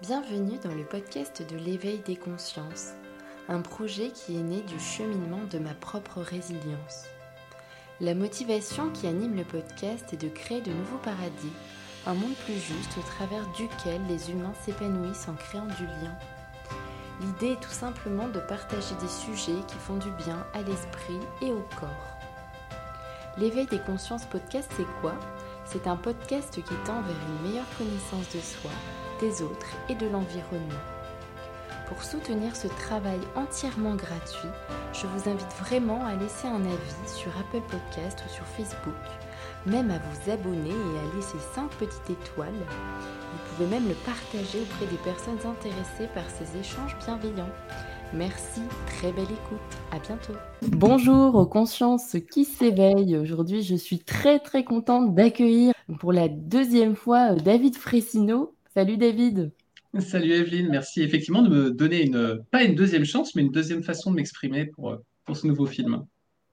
Bienvenue dans le podcast de l'éveil des consciences, un projet qui est né du cheminement de ma propre résilience. La motivation qui anime le podcast est de créer de nouveaux paradis, un monde plus juste au travers duquel les humains s'épanouissent en créant du lien. L'idée est tout simplement de partager des sujets qui font du bien à l'esprit et au corps. L'éveil des consciences podcast, c'est quoi ? C'est un podcast qui tend vers une meilleure connaissance de soi, des autres et de l'environnement. Pour soutenir ce travail entièrement gratuit, je vous invite vraiment à laisser un avis sur Apple Podcast ou sur Facebook, même à vous abonner et à laisser 5 petites étoiles. Vous pouvez même le partager auprès des personnes intéressées par ces échanges bienveillants. Merci, très belle écoute, à bientôt. Bonjour aux consciences qui s'éveillent. Aujourd'hui, je suis très contente d'accueillir pour la deuxième fois David Fressineau. Salut David. Salut Evelyne, merci effectivement de me donner pas une deuxième chance, mais une deuxième façon de m'exprimer pour ce nouveau film.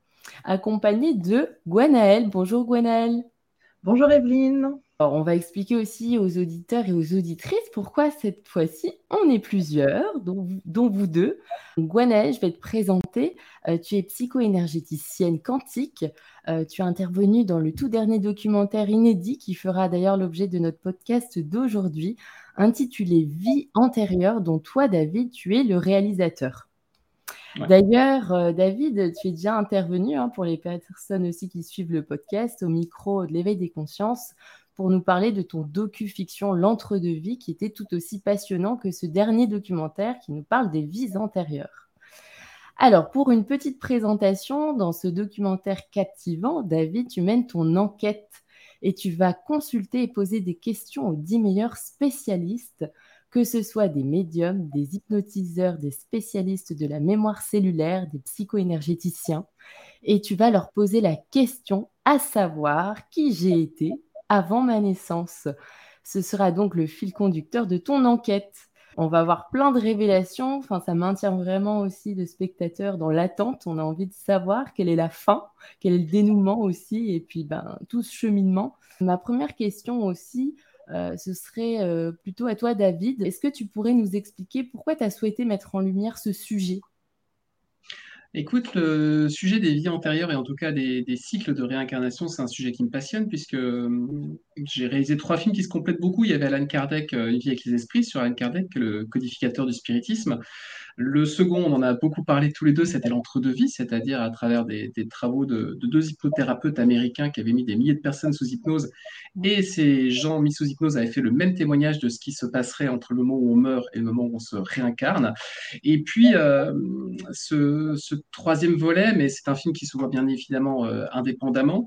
Accompagné de Gwenaëlle. Bonjour Gwenaëlle. Bonjour Evelyne. Alors, on va expliquer aussi aux auditeurs et aux auditrices pourquoi cette fois-ci on est plusieurs, dont vous deux. Gwenaëlle, je vais te présenter. Tu es psycho-énergéticienne quantique. Tu as intervenu dans le tout dernier documentaire inédit qui fera d'ailleurs l'objet de notre podcast d'aujourd'hui, intitulé Vie antérieure, dont toi, David, tu es le réalisateur. Ouais. D'ailleurs, David, tu es déjà intervenu pour les personnes aussi qui suivent le podcast au micro de l'éveil des consciences pour nous parler de ton docu-fiction L'Entre-deux-Vies qui était tout aussi passionnant que ce dernier documentaire qui nous parle des vies antérieures. Alors, pour une petite présentation, dans ce documentaire captivant, David, tu mènes ton enquête et tu vas consulter et poser des questions aux 10 meilleurs spécialistes, que ce soit des médiums, des hypnotiseurs, des spécialistes de la mémoire cellulaire, des psycho-énergéticiens, et tu vas leur poser la question à savoir qui j'ai été avant ma naissance. Ce sera donc le fil conducteur de ton enquête. On va avoir plein de révélations, ça maintient vraiment aussi le spectateur dans l'attente. On a envie de savoir quelle est la fin, quel est le dénouement aussi, et puis tout ce cheminement. Ma première question aussi, ce serait plutôt à toi, David. Est-ce que tu pourrais nous expliquer pourquoi tu as souhaité mettre en lumière ce sujet ? Écoute, le sujet des vies antérieures et en tout cas des cycles de réincarnation, c'est un sujet qui me passionne puisque j'ai réalisé 3 films qui se complètent beaucoup. Il y avait Allan Kardec, Une vie avec les esprits, sur Allan Kardec, le codificateur du spiritisme. Le second, on en a beaucoup parlé tous les deux, c'était l'entre-deux-vies, c'est-à-dire à travers des travaux de 2 hypnothérapeutes américains qui avaient mis des milliers de personnes sous hypnose. Et ces gens mis sous hypnose avaient fait le même témoignage de ce qui se passerait entre le moment où on meurt et le moment où on se réincarne. Et puis, ce troisième volet, mais c'est un film qui se voit bien évidemment indépendamment,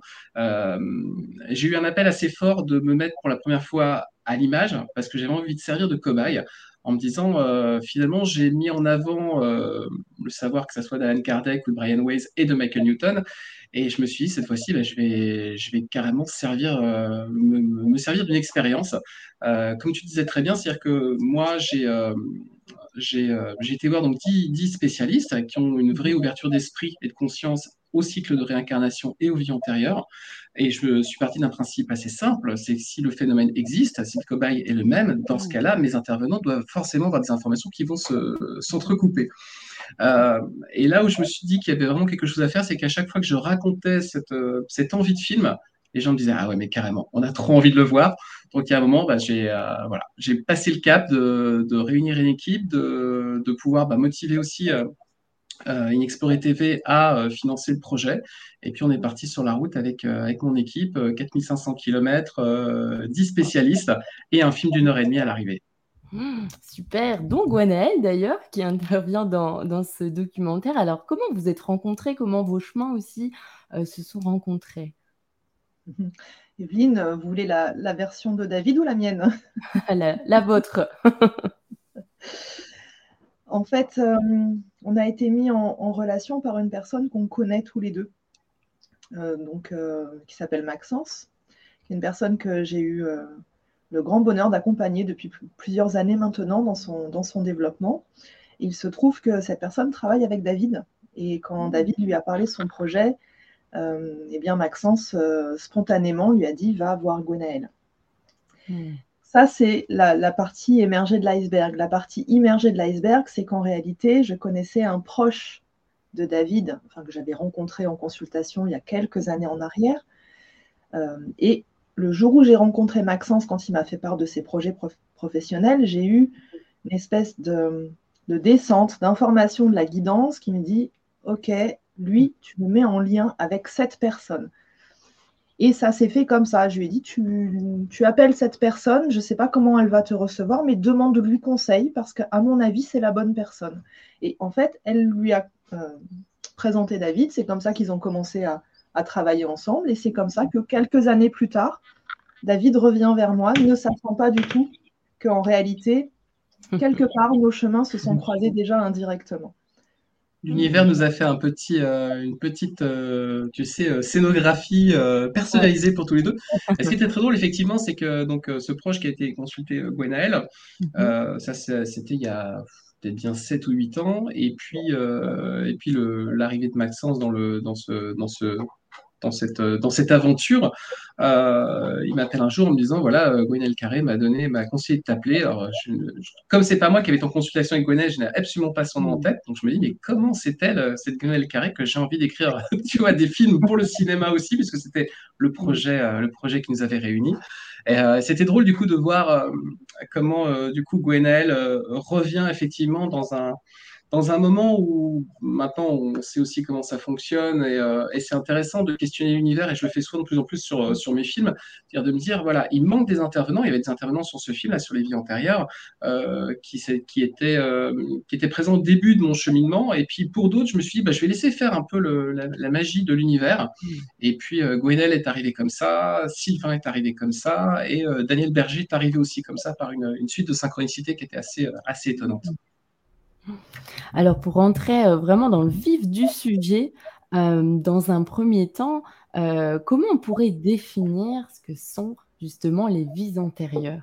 j'ai eu un appel assez fort de me mettre pour la première fois à l'image, parce que j'avais envie de servir de cobaye, en me disant, finalement, j'ai mis en avant le savoir que ce soit d'Allan Kardec ou de Brian Weiss et de Michael Newton, et je me suis dit, cette fois-ci, je vais carrément me servir d'une expérience. Comme tu disais très bien, c'est-à-dire que moi, j'ai été voir donc 10 spécialistes qui ont une vraie ouverture d'esprit et de conscience au cycle de réincarnation et aux vies antérieures. Et je suis parti d'un principe assez simple, c'est que si le phénomène existe, si le cobaye est le même, dans ce cas-là, mes intervenants doivent forcément avoir des informations qui vont s'entrecouper. Et là où je me suis dit qu'il y avait vraiment quelque chose à faire, c'est qu'à chaque fois que je racontais cette envie de film, les gens me disaient « Ah ouais, mais carrément, on a trop envie de le voir ». Donc, il y a un moment, j'ai passé le cap de réunir une équipe, de pouvoir motiver aussi Inexploré TV à financer le projet. Et puis, on est parti sur la route avec mon équipe, 4500 km, 10 spécialistes et un film d'1 heure et demie à l'arrivée. Super. Donc, Gwenaëlle, d'ailleurs, qui intervient dans ce documentaire. Alors, comment vous êtes rencontrés ? Comment vos chemins aussi se sont rencontrés ? Evelyne, vous voulez la version de David ou la mienne ? La vôtre. En fait, on a été mis en relation par une personne qu'on connaît tous les deux, qui s'appelle Maxence, qui est une personne que j'ai eu le grand bonheur d'accompagner depuis plusieurs années maintenant dans son développement. Et il se trouve que cette personne travaille avec David. Et quand David lui a parlé de son projet, Maxence, spontanément, lui a dit « Va voir Gwenaëlle ». Ça, c'est la partie émergée de l'iceberg. La partie immergée de l'iceberg, c'est qu'en réalité, je connaissais un proche de David, que j'avais rencontré en consultation il y a quelques années en arrière. Et le jour où j'ai rencontré Maxence, quand il m'a fait part de ses projets professionnels, j'ai eu une espèce de descente, d'information de la guidance qui me dit « Ok, lui, tu me mets en lien avec cette personne. » Et ça s'est fait comme ça. Je lui ai dit, tu appelles cette personne, je ne sais pas comment elle va te recevoir, mais demande-lui conseil parce qu'à mon avis, c'est la bonne personne. Et en fait, elle lui a présenté David. C'est comme ça qu'ils ont commencé à travailler ensemble. Et c'est comme ça que quelques années plus tard, David revient vers moi, ne sachant pas du tout qu'en réalité, quelque part, nos chemins se sont croisés déjà indirectement. L'univers nous a fait une petite, scénographie personnalisée pour tous les deux. Et ce qui était très drôle, effectivement, c'est que donc ce proche qui a été consulté, Gwenaël, c'était il y a peut-être bien 7 ou 8 ans. Et puis l'arrivée de Maxence dans cette aventure, il m'appelle un jour en me disant voilà, Gwenaël Carré m'a conseillé de t'appeler. Alors, comme c'est pas moi qui avais été en consultation avec Gwenaël, je n'ai absolument pas son nom en tête. Donc je me dis mais comment c'est elle, cette Gwenaël Carré, que j'ai envie d'écrire tu vois, des films pour le cinéma aussi, puisque c'était le projet qui nous avait réunis. Et c'était drôle du coup de voir comment du coup Gwenaël revient effectivement dans un moment où maintenant on sait aussi comment ça fonctionne, et c'est intéressant de questionner l'univers, et je le fais souvent de plus en plus sur mes films, c'est-à-dire de me dire voilà, il manque des intervenants. Il y avait des intervenants sur ce film là, sur les vies antérieures, qui étaient présents au début de mon cheminement, et puis pour d'autres je me suis dit je vais laisser faire un peu la magie de l'univers. Et puis Gwenaël est arrivé comme ça, Sylvain est arrivé comme ça, et Daniel Berger est arrivé aussi comme ça, par une suite de synchronicité qui était assez étonnante. Alors, pour rentrer vraiment dans le vif du sujet, dans un premier temps, comment on pourrait définir ce que sont justement les vies antérieures?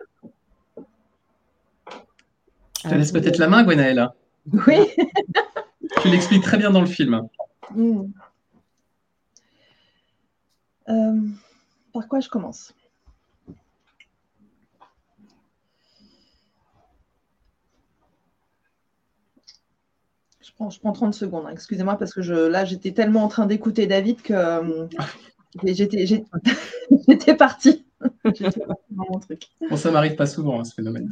Je te laisse peut-être la main, Gwenaël. Oui. Tu l'expliques très bien dans le film. Par quoi je commence? Je prends 30 secondes, hein. Excusez-moi, parce que là, j'étais tellement en train d'écouter David que j'étais partie. J'étais partie dans mon truc. Bon, ça m'arrive pas souvent, hein, ce phénomène.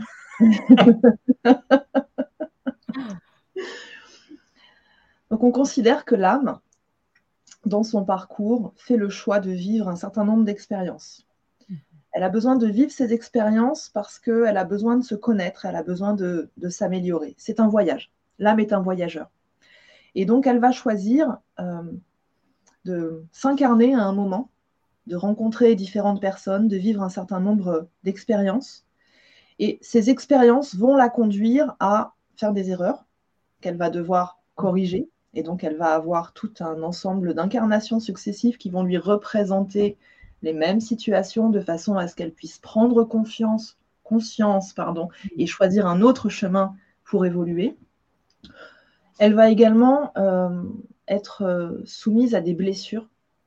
Donc, on considère que l'âme, dans son parcours, fait le choix de vivre un certain nombre d'expériences. Elle a besoin de vivre ces expériences parce qu'elle a besoin de se connaître, elle a besoin de s'améliorer. C'est un voyage. L'âme est un voyageur. Et donc, elle va choisir de s'incarner à un moment, de rencontrer différentes personnes, de vivre un certain nombre d'expériences. Et ces expériences vont la conduire à faire des erreurs qu'elle va devoir corriger. Et donc, elle va avoir tout un ensemble d'incarnations successives qui vont lui représenter les mêmes situations de façon à ce qu'elle puisse prendre conscience, et choisir un autre chemin pour évoluer. Elle va également être soumise à des blessures,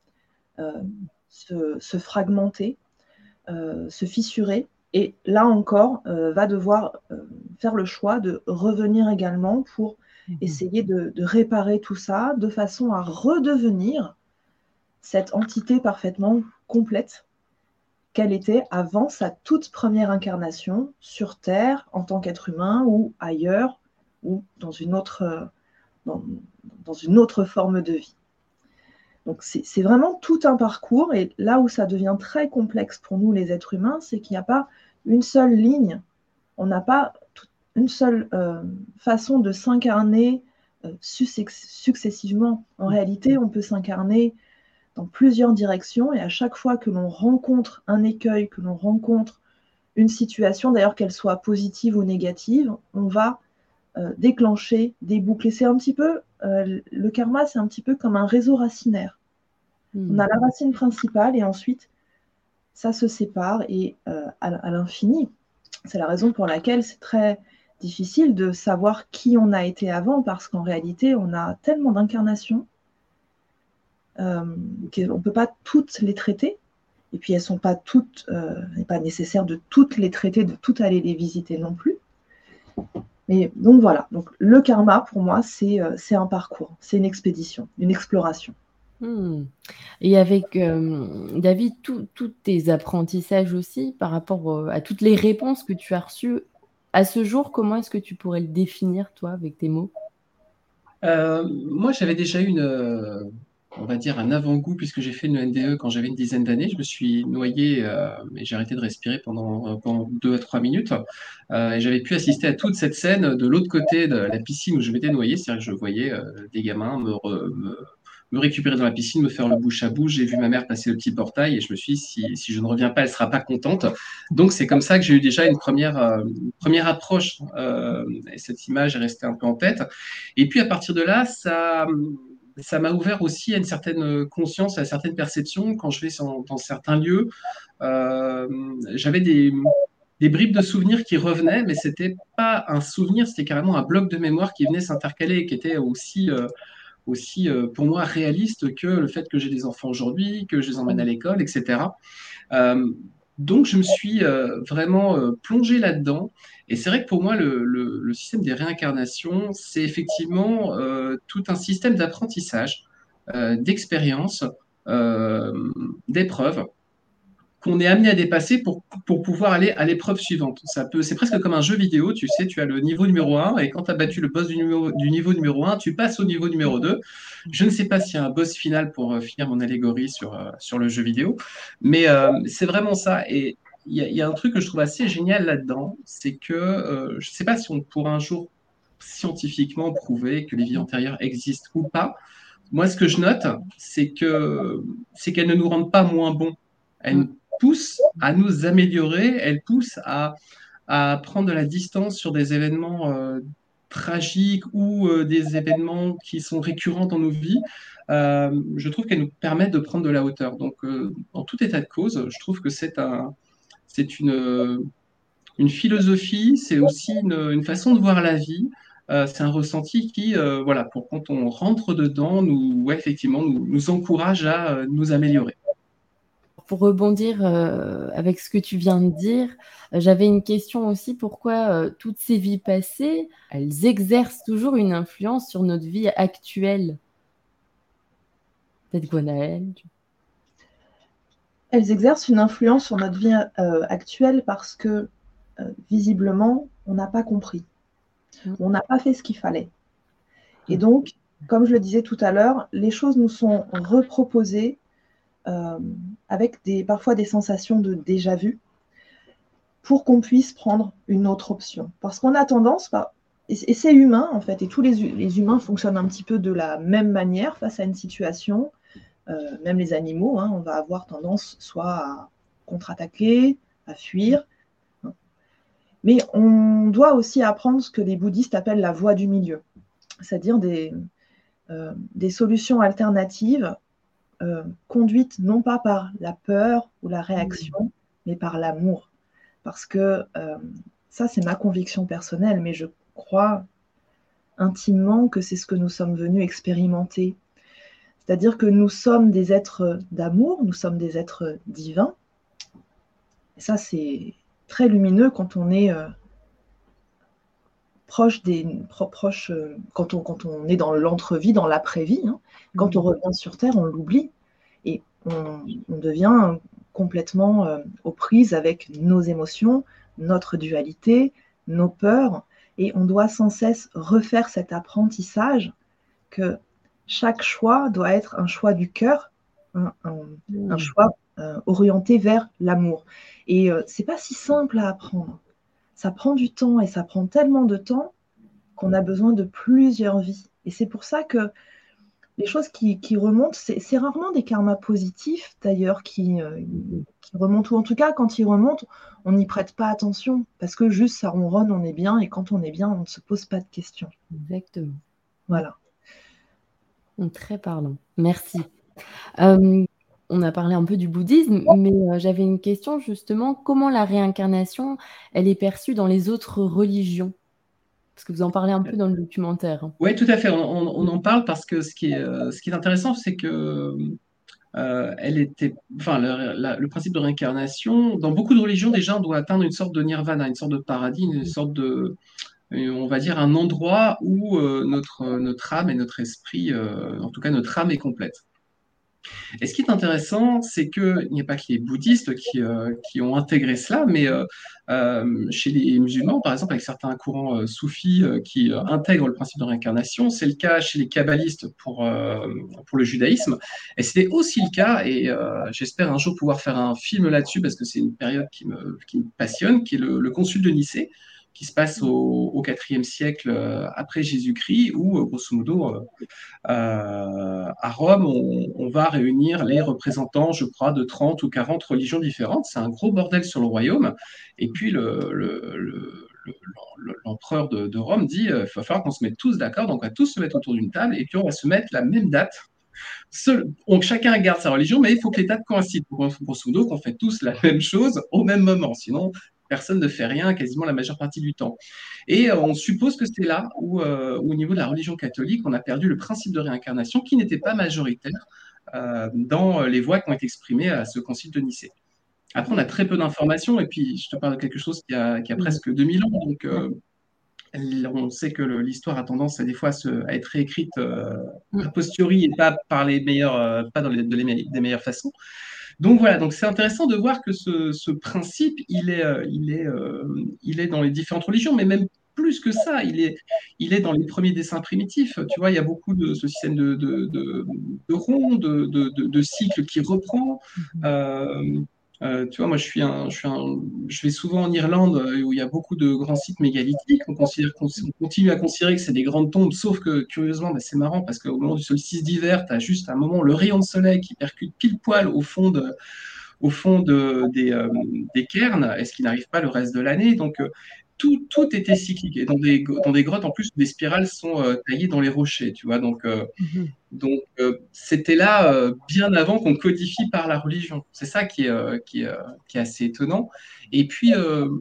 se fragmenter, se fissurer, et là encore va devoir faire le choix de revenir également pour essayer de réparer tout ça de façon à redevenir cette entité parfaitement complète qu'elle était avant sa toute première incarnation sur Terre en tant qu'être humain, ou ailleurs, ou dans une autre forme de vie. Donc c'est vraiment tout un parcours, et là où ça devient très complexe pour nous les êtres humains, c'est qu'il n'y a pas une seule ligne, on n'a pas une seule façon de s'incarner successivement. En réalité, on peut s'incarner dans plusieurs directions, et à chaque fois que l'on rencontre un écueil, que l'on rencontre une situation, d'ailleurs qu'elle soit positive ou négative, on va déclencher des boucles. Et c'est un petit peu, le karma, c'est un petit peu comme un réseau racinaire. On a la racine principale, et ensuite, ça se sépare, et à l'infini. C'est la raison pour laquelle c'est très difficile de savoir qui on a été avant, parce qu'en réalité, on a tellement d'incarnations qu'on ne peut pas toutes les traiter. Et puis elles sont pas toutes, il n'est pas nécessaire de toutes les traiter, de toutes aller les visiter non plus. Mais donc voilà, donc le karma pour moi c'est un parcours, c'est une expédition, une exploration. Et avec David, tous tes apprentissages aussi par rapport à toutes les réponses que tu as reçues à ce jour, comment est-ce que tu pourrais le définir toi avec tes mots? Moi, j'avais déjà eu on va dire, un avant-goût puisque j'ai fait une NDE quand j'avais une dizaine d'années. Je me suis noyé et j'ai arrêté de respirer pendant 2 à 3 minutes. Et j'avais pu assister à toute cette scène de l'autre côté de la piscine où je m'étais noyé. C'est-à-dire que je voyais des gamins me récupérer dans la piscine, me faire le bouche à bouche. J'ai vu ma mère passer le petit portail et je me suis dit, si je ne reviens pas, elle sera pas contente. Donc, c'est comme ça que j'ai eu déjà une première approche. Et cette image est restée un peu en tête. Et puis, à partir de là, ça m'a ouvert aussi à une certaine conscience, à certaines perceptions. Quand je vais dans certains lieux, j'avais des bribes de souvenirs qui revenaient, mais c'était pas un souvenir, c'était carrément un bloc de mémoire qui venait s'intercaler et qui était aussi pour moi réaliste que le fait que j'ai des enfants aujourd'hui, que je les emmène à l'école, etc. Euh, donc, je me suis vraiment plongé là-dedans. Et c'est vrai que pour moi, le système des réincarnations, c'est effectivement tout un système d'apprentissage, d'expérience, d'épreuves qu'on est amené à dépasser pour pouvoir aller à l'épreuve suivante. C'est presque comme un jeu vidéo, tu sais, tu as le niveau numéro 1 et quand tu as battu le boss du niveau numéro 1, tu passes au niveau numéro 2. Je ne sais pas s'il y a un boss final pour finir mon allégorie sur le jeu vidéo, mais c'est vraiment ça. Et il y a un truc que je trouve assez génial là-dedans, c'est que je ne sais pas si on pourra un jour scientifiquement prouver que les vies antérieures existent ou pas. Moi, ce que je note, c'est qu'elles ne nous rendent pas moins bons. Elles nous poussent à nous améliorer, elles poussent à prendre de la distance sur des événements tragiques ou des événements qui sont récurrents dans nos vies. Je trouve qu'elles nous permettent de prendre de la hauteur. Donc, en tout état de cause, je trouve que c'est une philosophie, c'est aussi une façon de voir la vie. C'est un ressenti qui, voilà, pour quand on rentre dedans, ouais, effectivement, nous encourage à nous améliorer. Pour rebondir avec ce que tu viens de dire, j'avais une question aussi. Pourquoi toutes ces vies passées, elles exercent toujours une influence sur notre vie actuelle? Peut-être Gwenaëlle. Elles exercent une influence sur notre vie actuelle parce que visiblement, on n'a pas compris. On n'a pas fait ce qu'il fallait. Et donc, comme je le disais tout à l'heure, les choses nous sont reproposées avec parfois des sensations de déjà-vu pour qu'on puisse prendre une autre option. Parce qu'on a tendance, et c'est humain en fait, et tous les humains fonctionnent un petit peu de la même manière face à une situation, même les animaux, on va avoir tendance soit à contre-attaquer, à fuir. Mais on doit aussi apprendre ce que les bouddhistes appellent la voie du milieu, c'est-à-dire des solutions alternatives conduites non pas par la peur ou la réaction, mais par l'amour. Parce que ça, c'est ma conviction personnelle, mais je crois intimement que c'est ce que nous sommes venus expérimenter. C'est-à-dire que nous sommes des êtres d'amour, nous sommes des êtres divins. Et ça, c'est très lumineux quand on est quand on est dans l'entre-vie, dans l'après-vie. Quand on revient sur Terre, on l'oublie et on devient complètement aux prises avec nos émotions, notre dualité, nos peurs, et on doit sans cesse refaire cet apprentissage que chaque choix doit être un choix du cœur, un choix orienté vers l'amour. Et c'est pas si simple à apprendre. Ça prend du temps et ça prend tellement de temps qu'on a besoin de plusieurs vies. Et c'est pour ça que les choses qui remontent, c'est rarement des karmas positifs d'ailleurs qui remontent, ou en tout cas quand ils remontent, on n'y prête pas attention parce que juste ça ronronne, on est bien, et quand on est bien, on ne se pose pas de questions. Exactement. Voilà. Très parlant. Merci. On a parlé un peu du bouddhisme, mais j'avais une question justement. Comment la réincarnation, elle est perçue dans les autres religions? Parce que vous en parlez un peu dans le documentaire. Oui, tout à fait. On en parle parce que ce qui est intéressant, c'est que le principe de réincarnation, dans beaucoup de religions, déjà, on doit atteindre une sorte de nirvana, une sorte de paradis, une sorte de, on va dire, un endroit où notre âme et notre esprit, en tout cas notre âme est complète. Et ce qui est intéressant, c'est qu'il n'y a pas que les bouddhistes qui ont intégré cela, mais chez les musulmans, par exemple, avec certains courants soufis qui intègrent le principe de réincarnation, c'est le cas chez les kabbalistes pour le judaïsme, et c'était aussi le cas, et j'espère un jour pouvoir faire un film là-dessus, parce que c'est une période qui me passionne, qui est le Concile de Nicée, qui se passe au IVe siècle après Jésus-Christ, où, grosso modo, à Rome, on va réunir les représentants, je crois, de 30 ou 40 religions différentes. C'est un gros bordel sur le royaume. Et puis l'empereur de Rome dit, il va falloir qu'on se mette tous d'accord, donc on va tous se mettre autour d'une table et puis on va se mettre la même date. Donc chacun garde sa religion, mais il faut que les dates coïncident. Grosso modo, qu'on fait tous la même chose au même moment. Sinon, personne ne fait rien quasiment la majeure partie du temps. Et on suppose que c'est là où, au niveau de la religion catholique, on a perdu le principe de réincarnation qui n'était pas majoritaire dans les voix qui ont été exprimées à ce concile de Nicée. Après, on a très peu d'informations, et puis je te parle de quelque chose qui a presque 2000 ans, donc on sait que l'histoire a tendance à des fois à être réécrite a posteriori et pas par les meilleurs, pas des meilleures façons. Donc voilà, donc c'est intéressant de voir que ce principe, il est dans les différentes religions, mais même plus que ça, il est dans les premiers dessins primitifs. Tu vois, il y a beaucoup de ce système de ronds, de cycles qui reprend. Tu vois, moi, je vais souvent en Irlande où il y a beaucoup de grands sites mégalithiques. On continue à considérer que c'est des grandes tombes, sauf que curieusement, bah, c'est marrant parce qu'au moment du solstice d'hiver, tu as juste un moment le rayon de soleil qui percute pile poil des cairns, et ce qui n'arrive pas le reste de l'année. Donc, tout était cyclique. Et dans des grottes, en plus, des spirales sont taillées dans les rochers, tu vois. Donc, c'était là bien avant qu'on codifie par la religion. C'est ça qui est assez étonnant. Et puis,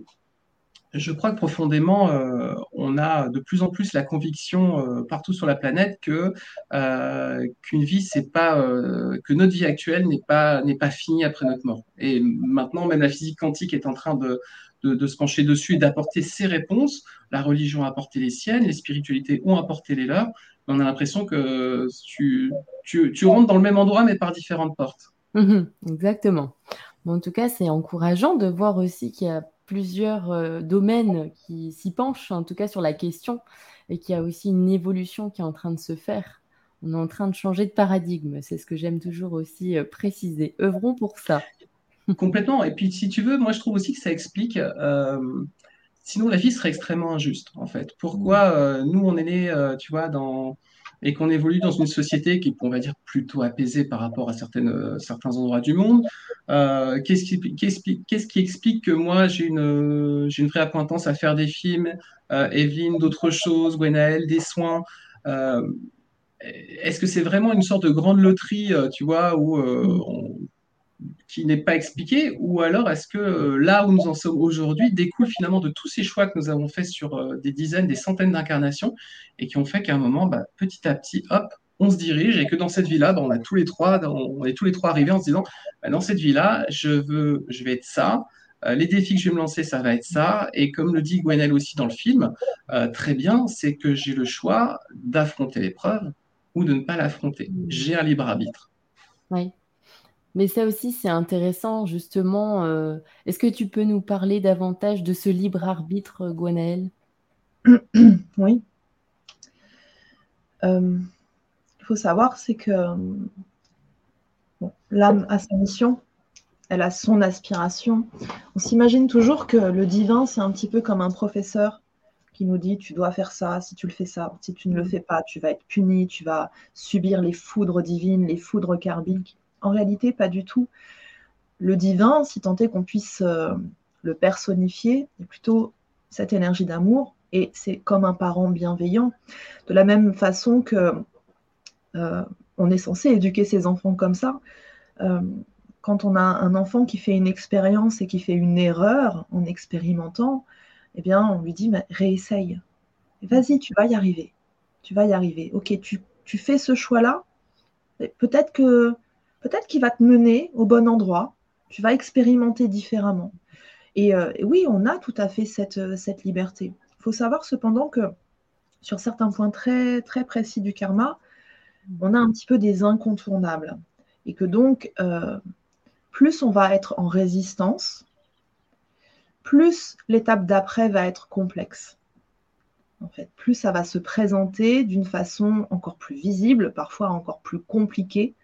je crois que profondément, on a de plus en plus la conviction partout sur la planète qu'une vie, c'est pas que notre vie actuelle n'est pas finie après notre mort. Et maintenant, même la physique quantique est en train de se pencher dessus et d'apporter ses réponses. La religion a apporté les siennes, les spiritualités ont apporté les leurs. On a l'impression que tu rentres dans le même endroit, mais par différentes portes. Exactement. Bon, en tout cas, c'est encourageant de voir aussi qu'il y a plusieurs domaines qui s'y penchent, en tout cas sur la question, et qu'il y a aussi une évolution qui est en train de se faire. On est en train de changer de paradigme. C'est ce que j'aime toujours aussi préciser. Œuvrons pour ça. Complètement. Et puis, si tu veux, moi, je trouve aussi que ça explique. Sinon, la vie serait extrêmement injuste, en fait. Pourquoi nous, on est nés, tu vois, et qu'on évolue dans une société qui est, on va dire, plutôt apaisée par rapport à certains endroits du monde. Qu'est-ce qui explique que moi, j'ai une vraie appointance à faire des films, Evelyne, d'autres choses, Gwenaëlle, des soins. Euh, Est-ce que c'est vraiment une sorte de grande loterie, tu vois, où qui n'est pas expliqué, ou alors est-ce que là où nous en sommes aujourd'hui découle finalement de tous ces choix que nous avons faits sur des dizaines, des centaines d'incarnations, et qui ont fait qu'à un moment, bah, petit à petit, hop, on se dirige, et que dans cette vie-là, bah, on est tous les trois arrivés en se disant, bah, dans cette vie-là, je vais être ça, les défis que je vais me lancer, ça va être ça, et comme le dit Gwenaëlle aussi dans le film, très bien, c'est que j'ai le choix d'affronter l'épreuve ou de ne pas l'affronter. J'ai un libre arbitre. Oui. Mais ça aussi, c'est intéressant, justement. Est-ce que tu peux nous parler davantage de ce libre arbitre, Gwenaëlle? Oui. Il faut savoir, c'est que l'âme a sa mission, elle a son aspiration. On s'imagine toujours que le divin, c'est un petit peu comme un professeur qui nous dit tu dois faire ça, si tu le fais ça, si tu ne le fais pas, tu vas être puni, tu vas subir les foudres divines, les foudres karmiques. En réalité, pas du tout. Le divin, si tant est qu'on puisse le personnifier, est plutôt cette énergie d'amour, et c'est comme un parent bienveillant. De la même façon que on est censé éduquer ses enfants comme ça. Quand on a un enfant qui fait une expérience et qui fait une erreur en expérimentant, eh bien, on lui dit réessaye. Vas-y, tu vas y arriver. Tu vas y arriver. Ok, tu fais ce choix-là. Peut-être que peut-être qu'il va te mener au bon endroit, tu vas expérimenter différemment. Et oui, on a tout à fait cette liberté. Il faut savoir cependant que sur certains points très, très précis du karma, on a un petit peu des incontournables. Et que donc, plus on va être en résistance, plus l'étape d'après va être complexe. En fait, plus ça va se présenter d'une façon encore plus visible, parfois encore plus compliquée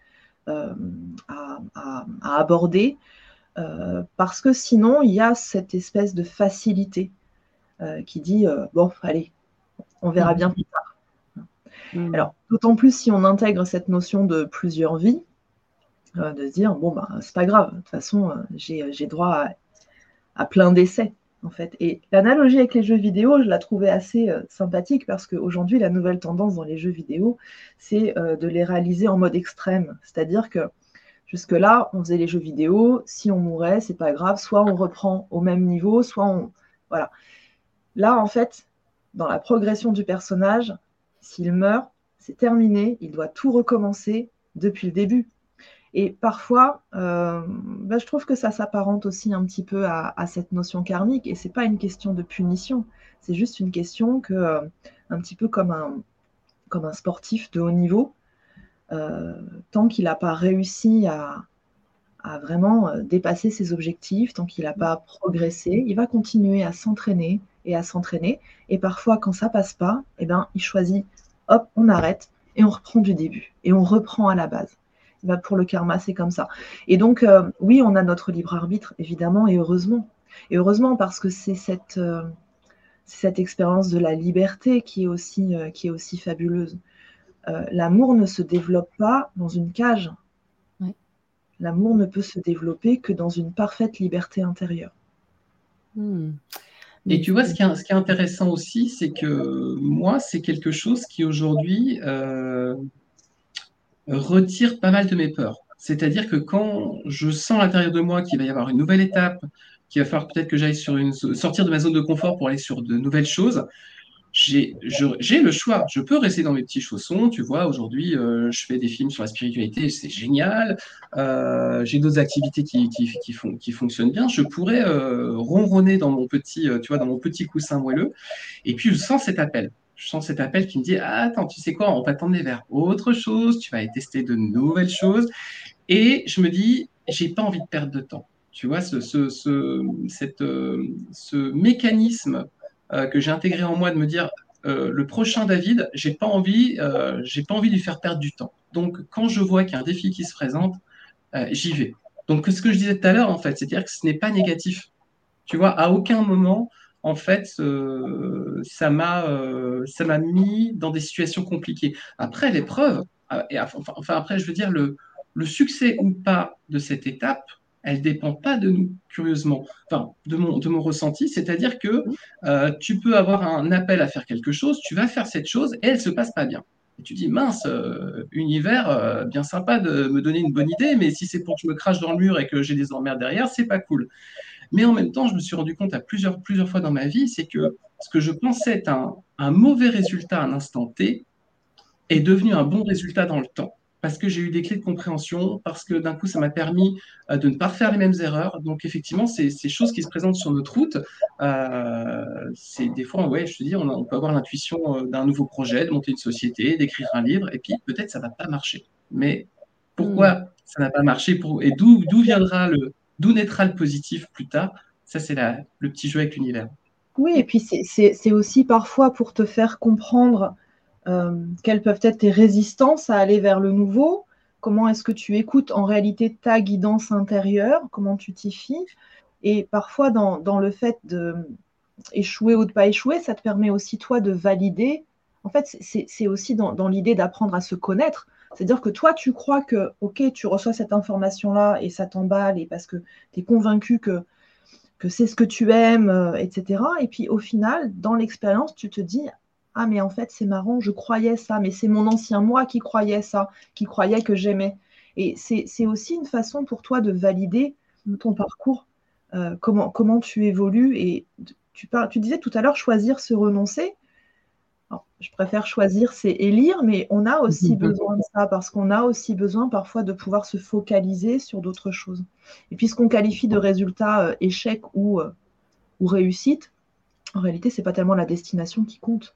à aborder, parce que sinon, il y a cette espèce de facilité qui dit bon, allez, on verra bien plus tard. Alors, d'autant plus si on intègre cette notion de plusieurs vies, de se dire bon, c'est pas grave, de toute façon, j'ai droit à plein d'essais. En fait. Et l'analogie avec les jeux vidéo, je la trouvais assez sympathique parce qu'aujourd'hui, la nouvelle tendance dans les jeux vidéo, c'est de les réaliser en mode extrême. C'est-à-dire que jusque-là, on faisait les jeux vidéo, si on mourait, c'est pas grave, soit on reprend au même niveau, soit on... Voilà. Là, en fait, dans la progression du personnage, s'il meurt, c'est terminé, il doit tout recommencer depuis le début. Et parfois, je trouve que ça s'apparente aussi un petit peu à cette notion karmique, et c'est pas une question de punition, c'est juste une question que, un petit peu comme un sportif de haut niveau, tant qu'il n'a pas réussi à vraiment dépasser ses objectifs, tant qu'il n'a pas progressé, il va continuer à s'entraîner, et parfois, quand ça passe pas, il choisit, hop, on arrête, et on reprend du début, et on reprend à la base. Pour le karma, c'est comme ça. Et donc, oui, on a notre libre arbitre, évidemment, et heureusement. Et heureusement, parce que c'est cette expérience de la liberté qui est aussi fabuleuse. L'amour ne se développe pas dans une cage. Ouais. L'amour ne peut se développer que dans une parfaite liberté intérieure. Et tu vois, ce qui est intéressant aussi, c'est que moi, c'est quelque chose qui aujourd'hui retire pas mal de mes peurs. C'est-à-dire que quand je sens à l'intérieur de moi qu'il va y avoir une nouvelle étape, qu'il va falloir peut-être que j'aille sortir de ma zone de confort pour aller sur de nouvelles choses, j'ai le choix. Je peux rester dans mes petits chaussons. Tu vois, aujourd'hui, je fais des films sur la spiritualité, c'est génial. J'ai d'autres activités qui fonctionnent bien. Je pourrais ronronner dans mon dans mon petit coussin moelleux. Et puis, je sens cet appel. Je sens cet appel qui me dit, ah, attends, tu sais quoi, on va t'emmener vers autre chose. Tu vas aller tester de nouvelles choses. Et je me dis, j'ai pas envie de perdre de temps. Tu vois, ce mécanisme que j'ai intégré en moi de me dire le prochain David, j'ai pas envie de lui faire perdre du temps. Donc quand je vois qu'il y a un défi qui se présente, j'y vais. Donc ce que je disais tout à l'heure en fait, c'est-à-dire que ce n'est pas négatif. Tu vois, à aucun moment en fait ça m'a mis dans des situations compliquées. Après l'épreuve, après je veux dire le succès ou pas de cette étape, elle dépend pas de nous, curieusement. Enfin, de mon ressenti, c'est-à-dire que tu peux avoir un appel à faire quelque chose, tu vas faire cette chose et elle se passe pas bien. Et tu dis, mince, univers, bien sympa de me donner une bonne idée, mais si c'est pour que je me crache dans le mur et que j'ai des emmerdes derrière, c'est pas cool. Mais en même temps, je me suis rendu compte à plusieurs fois dans ma vie, c'est que ce que je pensais être un mauvais résultat à un instant T est devenu un bon résultat dans le temps. Parce que j'ai eu des clés de compréhension, parce que d'un coup, ça m'a permis de ne pas refaire les mêmes erreurs. Donc, effectivement, ces choses qui se présentent sur notre route, c'est des fois, ouais, je te dis, on peut avoir l'intuition d'un nouveau projet, de monter une société, d'écrire un livre, et puis peut-être ça ne va pas marcher. Mais pourquoi ça n'a pas marché et d'où naîtra le positif plus tard? Ça, c'est le petit jeu avec l'univers. Oui, et puis c'est aussi parfois pour te faire comprendre quelles peuvent être tes résistances à aller vers le nouveau, comment est-ce que tu écoutes en réalité ta guidance intérieure, comment tu t'y fies. Et parfois, dans le fait d'échouer ou de ne pas échouer, ça te permet aussi, toi, de valider. En fait, c'est aussi dans l'idée d'apprendre à se connaître. C'est-à-dire que toi, tu crois que, OK, tu reçois cette information-là et ça t'emballe et parce que tu es convaincu que c'est ce que tu aimes, etc. Et puis, au final, dans l'expérience, tu te dis, ah, mais en fait, c'est marrant, je croyais ça, mais c'est mon ancien moi qui croyait ça, qui croyait que j'aimais. Et c'est aussi une façon pour toi de valider ton parcours, comment tu évolues. Et tu disais tout à l'heure, choisir, se renoncer. Alors, je préfère choisir, c'est élire, mais on a aussi besoin de ça, parce qu'on a aussi besoin parfois de pouvoir se focaliser sur d'autres choses. Et puis ce qu'on qualifie de résultat échec ou réussite, en réalité, c'est pas tellement la destination qui compte.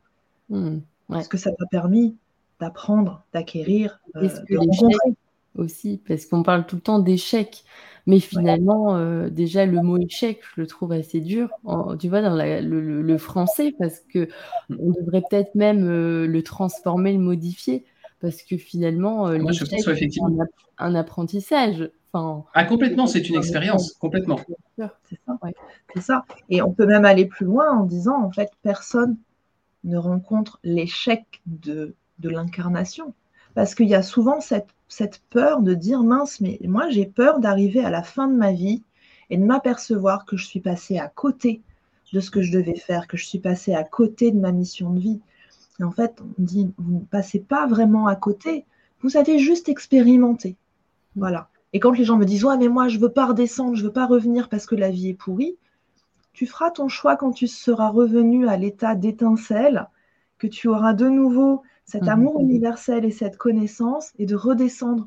Ce que ça t'a permis d'apprendre, d'acquérir, Est-ce que de l'échec rencontrer. aussi, parce qu'on parle tout le temps d'échec, mais finalement, déjà le mot échec, je le trouve assez dur, tu vois, dans le français, parce qu'on devrait peut-être même le transformer, le modifier, parce que finalement, Moi, je l'échec, pense c'est effectivement. un apprentissage. Enfin, Complètement, c'est une expérience, complètement. C'est ça. Ouais. C'est ça. Et on peut même aller plus loin en disant, en fait, personne ne rencontre l'échec de l'incarnation. Parce qu'il y a souvent cette peur de dire, mince, mais moi j'ai peur d'arriver à la fin de ma vie et de m'apercevoir que je suis passée à côté de ce que je devais faire, que je suis passée à côté de ma mission de vie. Et en fait, on dit, vous ne passez pas vraiment à côté, vous avez juste expérimenté. Voilà. Et quand les gens me disent, ouais, mais moi je ne veux pas redescendre, je ne veux pas revenir parce que la vie est pourrie, tu feras ton choix quand tu seras revenu à l'état d'étincelle, que tu auras de nouveau cet amour universel et cette connaissance, et de redescendre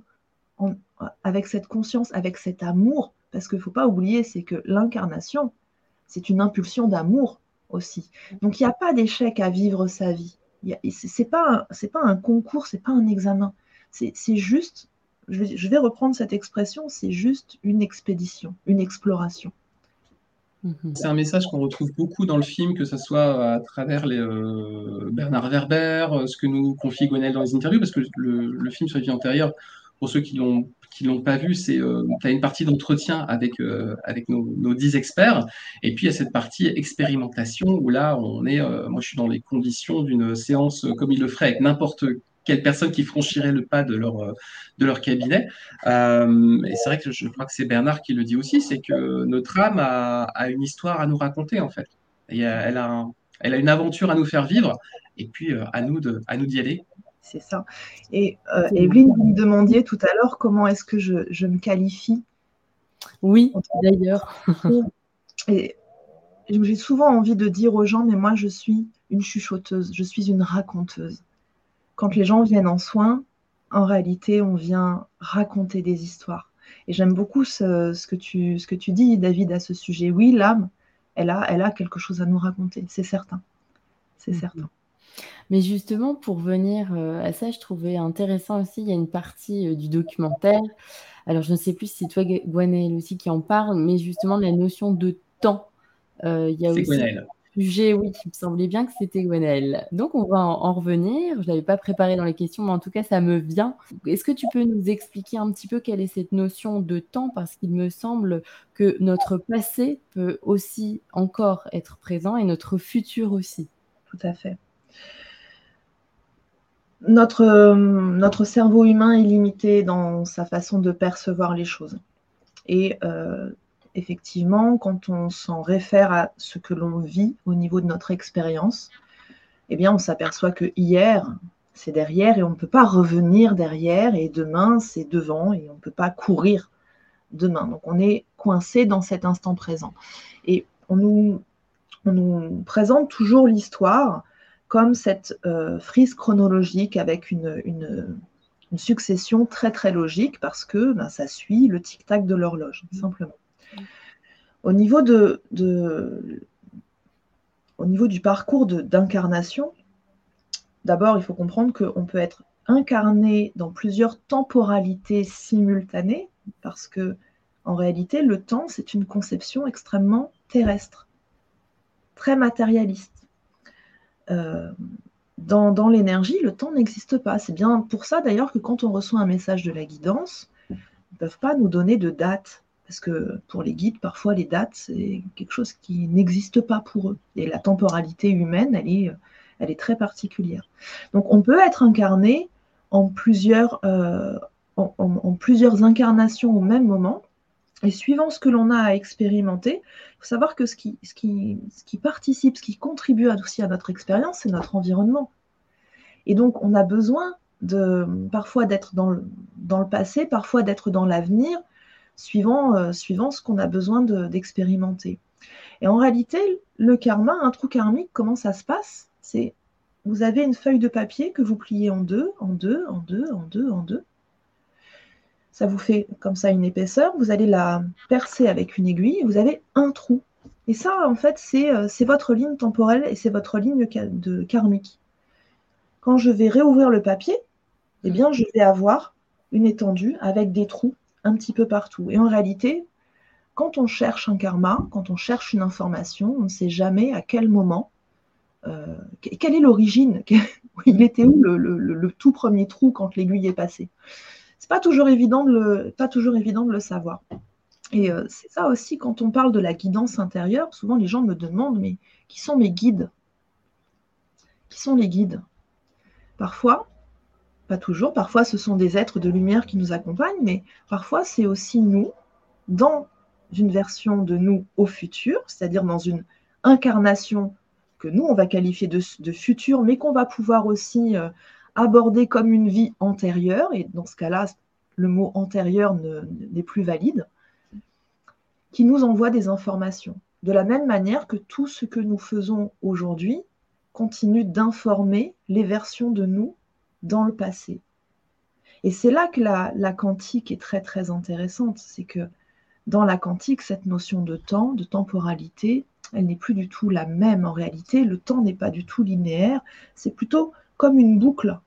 avec cette conscience, avec cet amour, parce qu'il ne faut pas oublier, c'est que l'incarnation, c'est une impulsion d'amour aussi. Donc il n'y a pas d'échec à vivre sa vie. Ce n'est pas un concours, ce n'est pas un examen. C'est juste, je vais reprendre cette expression, c'est juste une expédition, une exploration. C'est un message qu'on retrouve beaucoup dans le film, que ce soit à travers Bernard Werber, ce que nous confie Gwenaëlle dans les interviews, parce que le film sur les vies antérieures, pour ceux qui l'ont pas vu, tu as une partie d'entretien avec nos 10 experts, et puis il y a cette partie expérimentation où là, moi je suis dans les conditions d'une séance comme il le ferait avec n'importe quelle personne qui franchirait le pas de leur cabinet. Et c'est vrai que je crois que c'est Bernard qui le dit aussi, c'est que notre âme a une histoire à nous raconter, en fait. Et elle a une aventure à nous faire vivre, et puis à nous d'y aller. C'est ça. Et Evelyne, vous me demandiez tout à l'heure comment est-ce que je me qualifie. Oui, d'ailleurs. Et j'ai souvent envie de dire aux gens, mais moi je suis une chuchoteuse, je suis une raconteuse. Quand les gens viennent en soins, en réalité, on vient raconter des histoires. Et j'aime beaucoup ce que tu dis, David, à ce sujet. Oui, l'âme, elle a quelque chose à nous raconter, c'est certain. C'est certain. Mais justement, pour venir à ça, je trouvais intéressant aussi, il y a une partie du documentaire. Alors, je ne sais plus si c'est toi, Gwenaëlle, aussi qui en parle, mais justement, la notion de temps. Il y a C'est aussi Gwenaëlle. Sujet, oui, il me semblait bien que c'était Gwenaëlle. Donc, on va en revenir. Je ne l'avais pas préparé dans les questions, mais en tout cas, ça me vient. Est-ce que tu peux nous expliquer un petit peu quelle est cette notion de temps? Parce qu'il me semble que notre passé peut aussi encore être présent et notre futur aussi. Tout à fait. Notre cerveau humain est limité dans sa façon de percevoir les choses. Et effectivement, quand on s'en réfère à ce que l'on vit au niveau de notre expérience, eh bien, on s'aperçoit que hier, c'est derrière et on ne peut pas revenir derrière, et demain, c'est devant et on ne peut pas courir demain. Donc, on est coincé dans cet instant présent. Et on nous présente toujours l'histoire comme cette frise chronologique avec une succession très très logique, parce que ça suit le tic-tac de l'horloge, simplement. Au niveau du parcours d'incarnation, d'abord il faut comprendre qu'on peut être incarné dans plusieurs temporalités simultanées, parce que en réalité le temps, c'est une conception extrêmement terrestre, très matérialiste. Dans l'énergie, le temps n'existe pas. C'est bien pour ça d'ailleurs que quand on reçoit un message de la guidance, ils ne peuvent pas nous donner de date, parce que pour les guides, parfois les dates, c'est quelque chose qui n'existe pas pour eux. Et la temporalité humaine, elle est très particulière. Donc on peut être incarné en plusieurs incarnations au même moment. Et suivant ce que l'on a à expérimenter, il faut savoir que ce qui participe, ce qui contribue aussi à notre expérience, c'est notre environnement. Et donc, on a besoin parfois d'être dans le passé, parfois d'être dans l'avenir, suivant ce qu'on a besoin d'expérimenter. Et en réalité, le karma, un trou karmique, comment ça se passe? C'est vous avez une feuille de papier que vous pliez en deux, en deux, en deux, en deux, en deux. Ça vous fait comme ça une épaisseur. Vous allez la percer avec une aiguille et vous avez un trou. Et ça, en fait, c'est votre ligne temporelle et c'est votre ligne de karmique. Quand je vais réouvrir le papier, eh bien, je vais avoir une étendue avec des trous un petit peu partout. Et en réalité, quand on cherche un karma, quand on cherche une information, on ne sait jamais à quel moment, quelle est l'origine, il était où le tout premier trou quand l'aiguille est passée. C'est pas toujours évident de le savoir. Et c'est ça aussi, quand on parle de la guidance intérieure, souvent les gens me demandent, mais qui sont mes guides? Qui sont les guides? Parfois, pas toujours, parfois ce sont des êtres de lumière qui nous accompagnent, mais parfois c'est aussi nous, dans une version de nous au futur, c'est-à-dire dans une incarnation que nous, on va qualifier de futur, mais qu'on va pouvoir aussi aborder comme une vie antérieure, et dans ce cas-là, le mot antérieur n'est plus valide, qui nous envoie des informations. De la même manière que tout ce que nous faisons aujourd'hui continue d'informer les versions de nous dans le passé. Et c'est là que la quantique est très très intéressante, c'est que dans la quantique, cette notion de temps, de temporalité, elle n'est plus du tout la même en réalité. Le temps n'est pas du tout linéaire, c'est plutôt comme une boucle.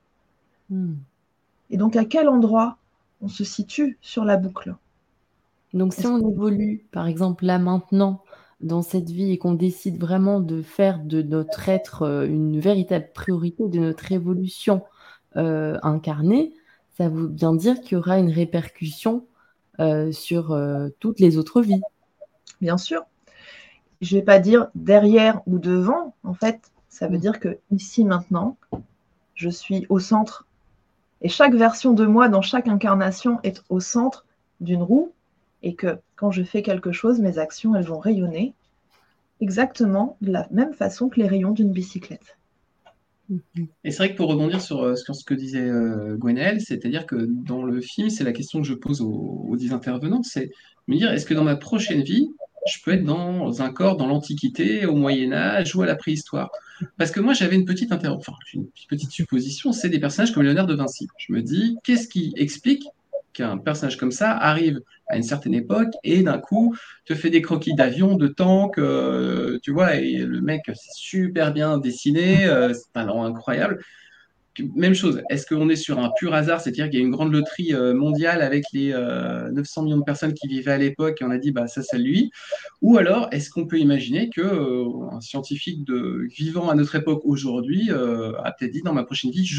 Et donc, à quel endroit on se situe sur la boucle? Donc, si on évolue, par exemple, là, maintenant, dans cette vie et qu'on décide vraiment de faire de notre être une véritable priorité de notre évolution incarnée, ça veut bien dire qu'il y aura une répercussion sur toutes les autres vies. Bien sûr. Je ne vais pas dire derrière ou devant. En fait, ça veut dire que ici, maintenant, je suis au centre. Et chaque version de moi, dans chaque incarnation, est au centre d'une roue. Et que quand je fais quelque chose, mes actions, elles vont rayonner exactement de la même façon que les rayons d'une bicyclette. Et c'est vrai que pour rebondir sur ce que disait Gwenaëlle, c'est-à-dire que dans le film, c'est la question que je pose aux 10 intervenants, c'est me dire, est-ce que dans ma prochaine vie, je peux être dans un corps dans l'Antiquité, au Moyen-Âge ou à la préhistoire? Parce que moi, j'avais une petite supposition, c'est des personnages comme Léonard de Vinci. Je me dis, qu'est-ce qui explique qu'un personnage comme ça arrive à une certaine époque et d'un coup te fait des croquis d'avion, de tanks, tu vois, et le mec, c'est super bien dessiné, c'est un talent incroyable. Même chose, est-ce qu'on est sur un pur hasard, c'est-à-dire qu'il y a une grande loterie mondiale avec les 900 millions de personnes qui vivaient à l'époque et on a dit bah ça c'est lui, ou alors est-ce qu'on peut imaginer que un scientifique vivant à notre époque aujourd'hui a peut-être dit dans ma prochaine vie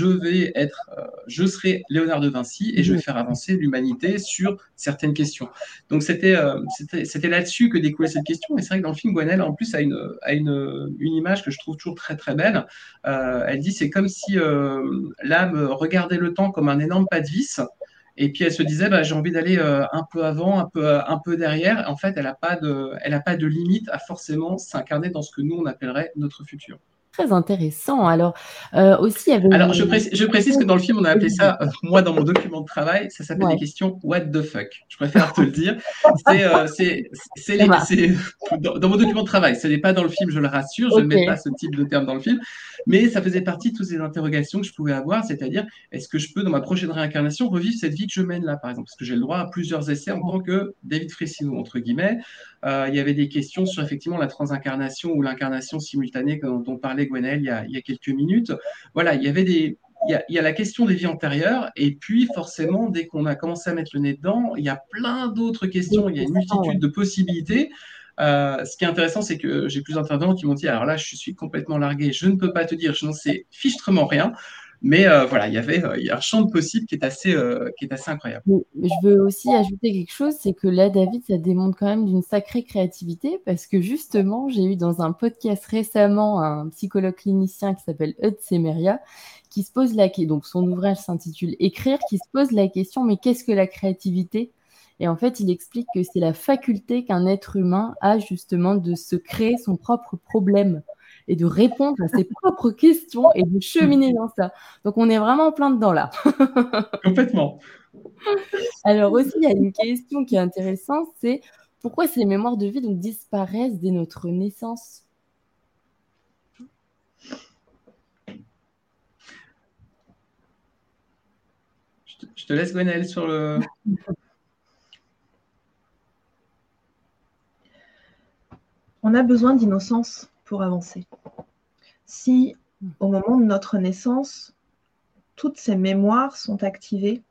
je serai Léonard de Vinci et je vais faire avancer l'humanité sur certaines questions. Donc c'était là-dessus que découlait cette question et c'est vrai que dans le film Gwenaëlle en plus a une image que je trouve toujours très très belle. Elle dit c'est comme si l'âme regardait le temps comme un énorme pas de vis. Et puis elle se disait, bah, j'ai envie d'aller un peu avant, un peu derrière. En fait, elle n'a pas de limite à forcément s'incarner dans ce que nous, on appellerait notre futur. Très intéressant. Alors, aussi, il y avait... Alors, je précise que dans le film, on a appelé ça, moi, dans mon document de travail, ça s'appelle les questions What the fuck. Je préfère te le dire. Dans mon document de travail. Ce n'est pas dans le film, je le rassure. Je ne mets pas ce type de terme dans le film. Mais ça faisait partie de toutes ces interrogations que je pouvais avoir, c'est-à-dire, est-ce que je peux, dans ma prochaine réincarnation, revivre cette vie que je mène là, par exemple? Parce que j'ai le droit à plusieurs essais en tant que David Fressineau, entre guillemets. Il y avait des questions sur effectivement la transincarnation ou l'incarnation simultanée dont on parlait, Gwenaëlle, il y a quelques minutes. Voilà, il y a la question des vies antérieures, et puis forcément, dès qu'on a commencé à mettre le nez dedans, il y a plein d'autres questions, il y a une multitude de possibilités. Ce qui est intéressant, c'est que j'ai plusieurs intervenants qui m'ont dit, alors là, je suis complètement largué, je ne peux pas te dire, je n'en sais fichtrement rien. Mais voilà, il y a un champ de possibles qui est assez incroyable. Je veux aussi ajouter quelque chose, c'est que là, David, ça démontre quand même d'une sacrée créativité parce que justement, j'ai eu dans un podcast récemment un psychologue clinicien qui s'appelle Eudes Semeria qui se pose donc son ouvrage s'intitule Écrire, qui se pose la question, mais qu'est-ce que la créativité? Et en fait, il explique que c'est la faculté qu'un être humain a justement de se créer son propre problème et de répondre à ses propres questions et de cheminer dans ça. Donc, on est vraiment plein dedans là. Complètement. Alors aussi, il y a une question qui est intéressante, c'est pourquoi ces mémoires de vie donc, disparaissent dès notre naissance? Je te laisse, Gwenaëlle, sur le... On a besoin d'innocence pour avancer. Si, au moment de notre naissance, toutes ces mémoires sont activées,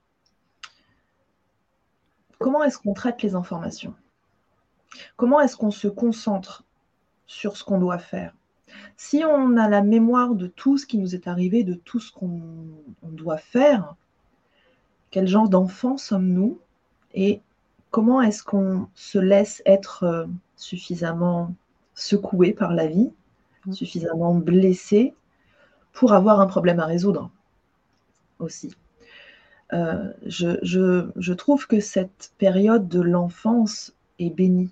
comment est-ce qu'on traite les informations? Comment est-ce qu'on se concentre sur ce qu'on doit faire? Si on a la mémoire de tout ce qui nous est arrivé, de tout ce qu'on doit faire, quel genre d'enfant sommes-nous? Et comment est-ce qu'on se laisse être suffisamment secoué par la vie, suffisamment blessé pour avoir un problème à résoudre aussi? Je trouve que cette période de l'enfance est bénie.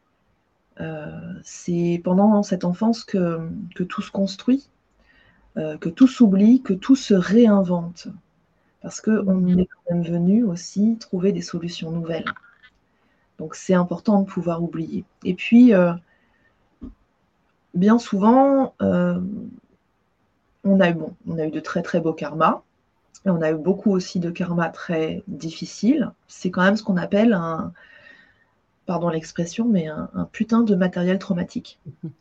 C'est pendant cette enfance que tout se construit, que tout s'oublie, que tout se réinvente. Parce qu'on est quand même venu aussi trouver des solutions nouvelles. Donc c'est important de pouvoir oublier. Et puis, bien souvent, on a eu de très très beaux karmas. Et on a eu beaucoup aussi de karmas très difficiles. C'est quand même ce qu'on appelle pardon l'expression, mais un putain de matériel traumatique.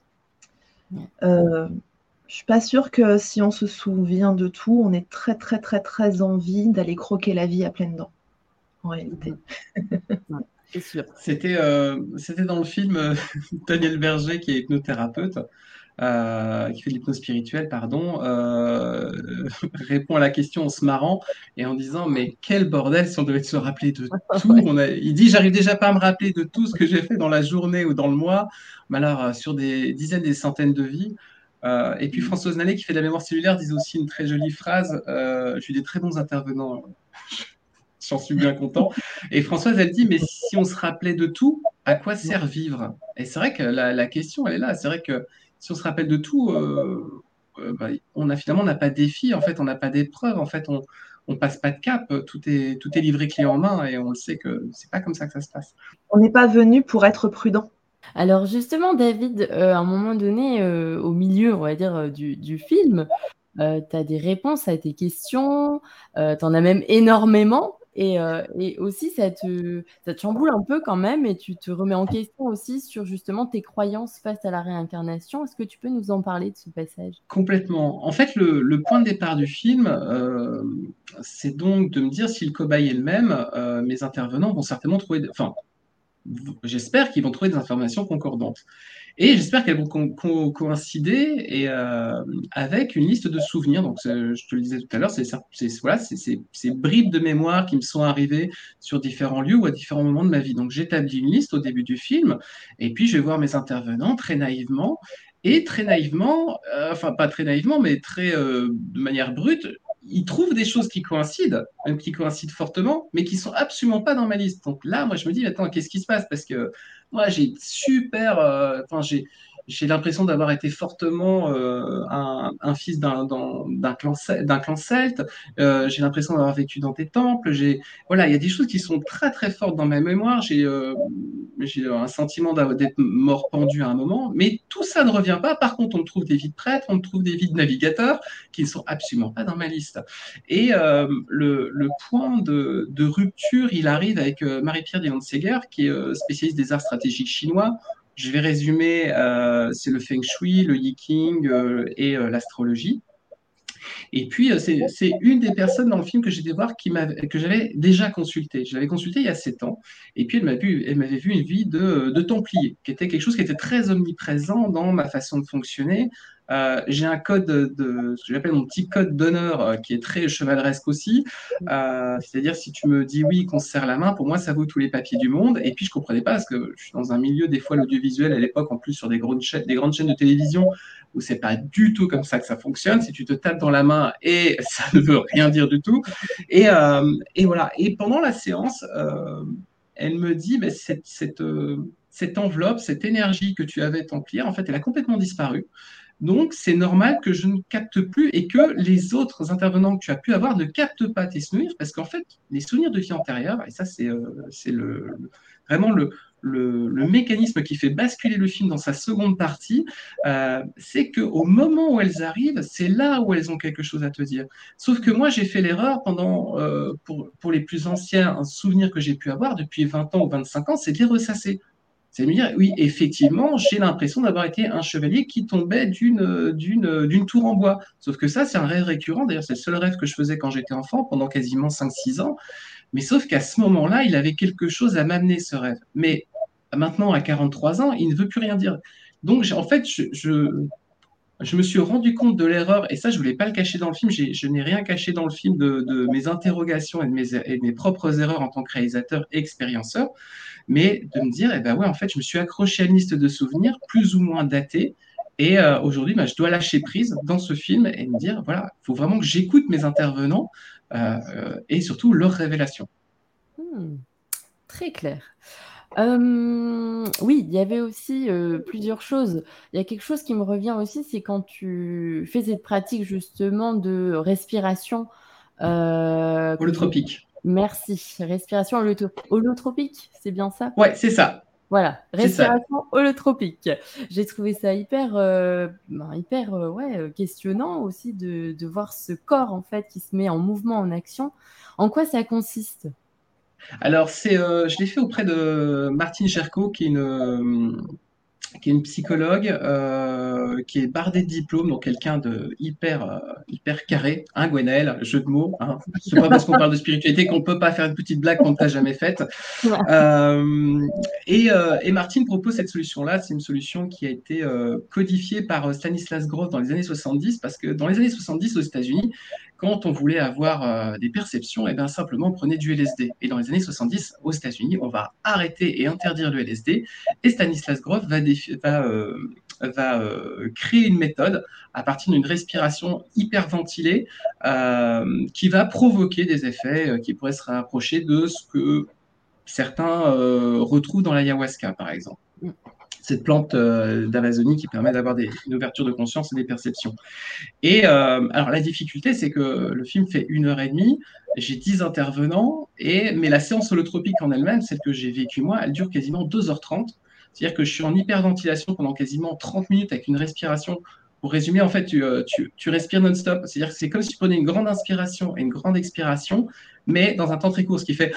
Je suis pas sûre que si on se souvient de tout, on ait très très très très envie d'aller croquer la vie à pleines dents, en réalité. C'est sûr. C'était dans le film Daniel Berger, qui est hypnothérapeute, qui fait de l'hypnose spirituelle, pardon, répond à la question en se marrant et en disant mais quel bordel si on devait se rappeler de tout. Il dit j'arrive déjà pas à me rappeler de tout ce que j'ai fait dans la journée ou dans le mois, mais alors sur des dizaines, des centaines de vies. Et puis Françoise Nallet, qui fait de la mémoire cellulaire, disait aussi une très jolie phrase. J'ai eu des très bons intervenants. J'en suis bien content. Et Françoise, elle dit, mais si on se rappelait de tout, à quoi sert vivre? Et c'est vrai que la question, elle est là. C'est vrai que si on se rappelle de tout, finalement, on n'a pas de défi, en fait, on n'a pas d'épreuve, en fait, on passe pas de cap. Tout est livré clé en main et on le sait que c'est pas comme ça que ça se passe. On n'est pas venu pour être prudent. Alors justement, David, à un moment donné, au milieu, on va dire, du film, tu as des réponses à tes questions, tu en as même énormément. Et aussi, ça te chamboule un peu quand même, et tu te remets en question aussi sur justement tes croyances face à la réincarnation. Est-ce que tu peux nous en parler de ce passage? Complètement. En fait, le point de départ du film, c'est donc de me dire si le cobaye est le même, mes intervenants vont certainement trouver, j'espère qu'ils vont trouver des informations concordantes. Et j'espère qu'elles vont coïncider avec une liste de souvenirs. Donc, je te le disais tout à l'heure, c'est ces bribes de mémoire qui me sont arrivées sur différents lieux ou à différents moments de ma vie. Donc, j'établis une liste au début du film, et puis je vais voir mes intervenants très naïvement. Et très naïvement, pas très naïvement, mais de manière brute, ils trouvent des choses qui coïncident fortement, mais qui sont absolument pas dans ma liste. Donc là, moi, je me dis, attends, qu'est-ce qui se passe? Parce que moi, j'ai l'impression d'avoir été fortement un fils d'un clan celte. J'ai l'impression d'avoir vécu dans des temples. Voilà, il y a des choses qui sont très très fortes dans ma mémoire. J'ai un sentiment d'être mort pendu à un moment, mais tout ça ne revient pas. Par contre, on trouve des vies de prêtres, on trouve des vies de navigateurs qui ne sont absolument pas dans ma liste. Et le point de rupture, il arrive avec Marie-Pierre Dillon-Seger, qui est spécialiste des arts stratégiques chinois. Je vais résumer, c'est le Feng Shui, le Yi King et l'astrologie. Et puis, c'est une des personnes dans le film que j'étais voir que j'avais déjà consulté. Je l'avais consulté il y a 7 ans. Et puis, elle m'avait vu une vie de Templier, qui était quelque chose qui était très omniprésent dans ma façon de fonctionner. J'ai un code ce que j'appelle mon petit code d'honneur, qui est très chevaleresque aussi. C'est-à-dire, si tu me dis oui, qu'on se serre la main, pour moi, ça vaut tous les papiers du monde. Et puis, je ne comprenais pas, parce que je suis dans un milieu, des fois, l'audiovisuel à l'époque, en plus, sur des grandes chaînes de télévision, où c'est pas du tout comme ça que ça fonctionne. Si tu te tapes dans la main, et ça ne veut rien dire du tout. Et voilà. Et pendant la séance, elle me dit, mais cette enveloppe, cette énergie que tu avais Templière, en fait, elle a complètement disparu. Donc, c'est normal que je ne capte plus et que les autres intervenants que tu as pu avoir ne captent pas tes souvenirs, parce qu'en fait, les souvenirs de vie antérieure, et ça, c'est vraiment le mécanisme qui fait basculer le film dans sa seconde partie, c'est qu'au moment où elles arrivent, c'est là où elles ont quelque chose à te dire. Sauf que moi, j'ai fait l'erreur pour les plus anciens, un souvenir que j'ai pu avoir depuis 20 ans ou 25 ans, c'est de les ressasser. C'est de me dire, oui, effectivement, j'ai l'impression d'avoir été un chevalier qui tombait d'une tour en bois. Sauf que ça, c'est un rêve récurrent. D'ailleurs, c'est le seul rêve que je faisais quand j'étais enfant, pendant quasiment 5-6 ans. Mais sauf qu'à ce moment-là, il avait quelque chose à m'amener, ce rêve. Mais maintenant, à 43 ans, il ne veut plus rien dire. Donc, en fait, je me suis rendu compte de l'erreur, et ça, je ne voulais pas le cacher dans le film. Je n'ai rien caché dans le film de mes interrogations et de mes propres erreurs en tant que réalisateur et expérienceur, mais de me dire, eh ben ouais, en fait, je me suis accroché à une liste de souvenirs plus ou moins datée. Et aujourd'hui, je dois lâcher prise dans ce film et me dire, voilà, il faut vraiment que j'écoute mes intervenants et surtout leurs révélations. Très clair. Oui, il y avait aussi plusieurs choses. Il y a quelque chose qui me revient aussi, c'est quand tu fais cette pratique justement de respiration. Holotropique. Merci. Respiration holotropique, c'est bien ça? Ouais, c'est ça. Voilà, C'est ça. respiration holotropique. J'ai trouvé ça hyper, questionnant aussi de voir ce corps en fait qui se met en mouvement, en action. En quoi ça consiste? Alors, je l'ai fait auprès de Martine Cherko, qui est une psychologue, qui est bardée de diplômes, donc quelqu'un de hyper carré, hein, Gwenaël, jeu de mots. Hein. C'est pas parce qu'on parle de spiritualité qu'on peut pas faire une petite blague qu'on ne t'a jamais faite. Et Martine propose cette solution-là. C'est une solution qui a été codifiée par Stanislas Grof dans les années 70, parce que dans les années 70 aux États-Unis, quand on voulait avoir des perceptions, eh bien, simplement on prenait du LSD. Et dans les années 70 aux États-Unis, on va arrêter et interdire le LSD. Et Stanislas Grof va créer une méthode à partir d'une respiration hyperventilée qui va provoquer des effets qui pourraient se rapprocher de ce que certains retrouvent dans l'ayahuasca, par exemple. Cette plante d'Amazonie qui permet d'avoir une ouverture de conscience et des perceptions. Et alors la difficulté, c'est que le film fait 1h30, j'ai 10 intervenants, mais la séance holotropique en elle-même, celle que j'ai vécue moi, elle dure quasiment 2h30. C'est-à-dire que je suis en hyperventilation pendant quasiment 30 minutes avec une respiration. Pour résumer, en fait, tu respires non-stop. C'est-à-dire que c'est comme si tu prenais une grande inspiration et une grande expiration, mais dans un temps très court, ce qui fait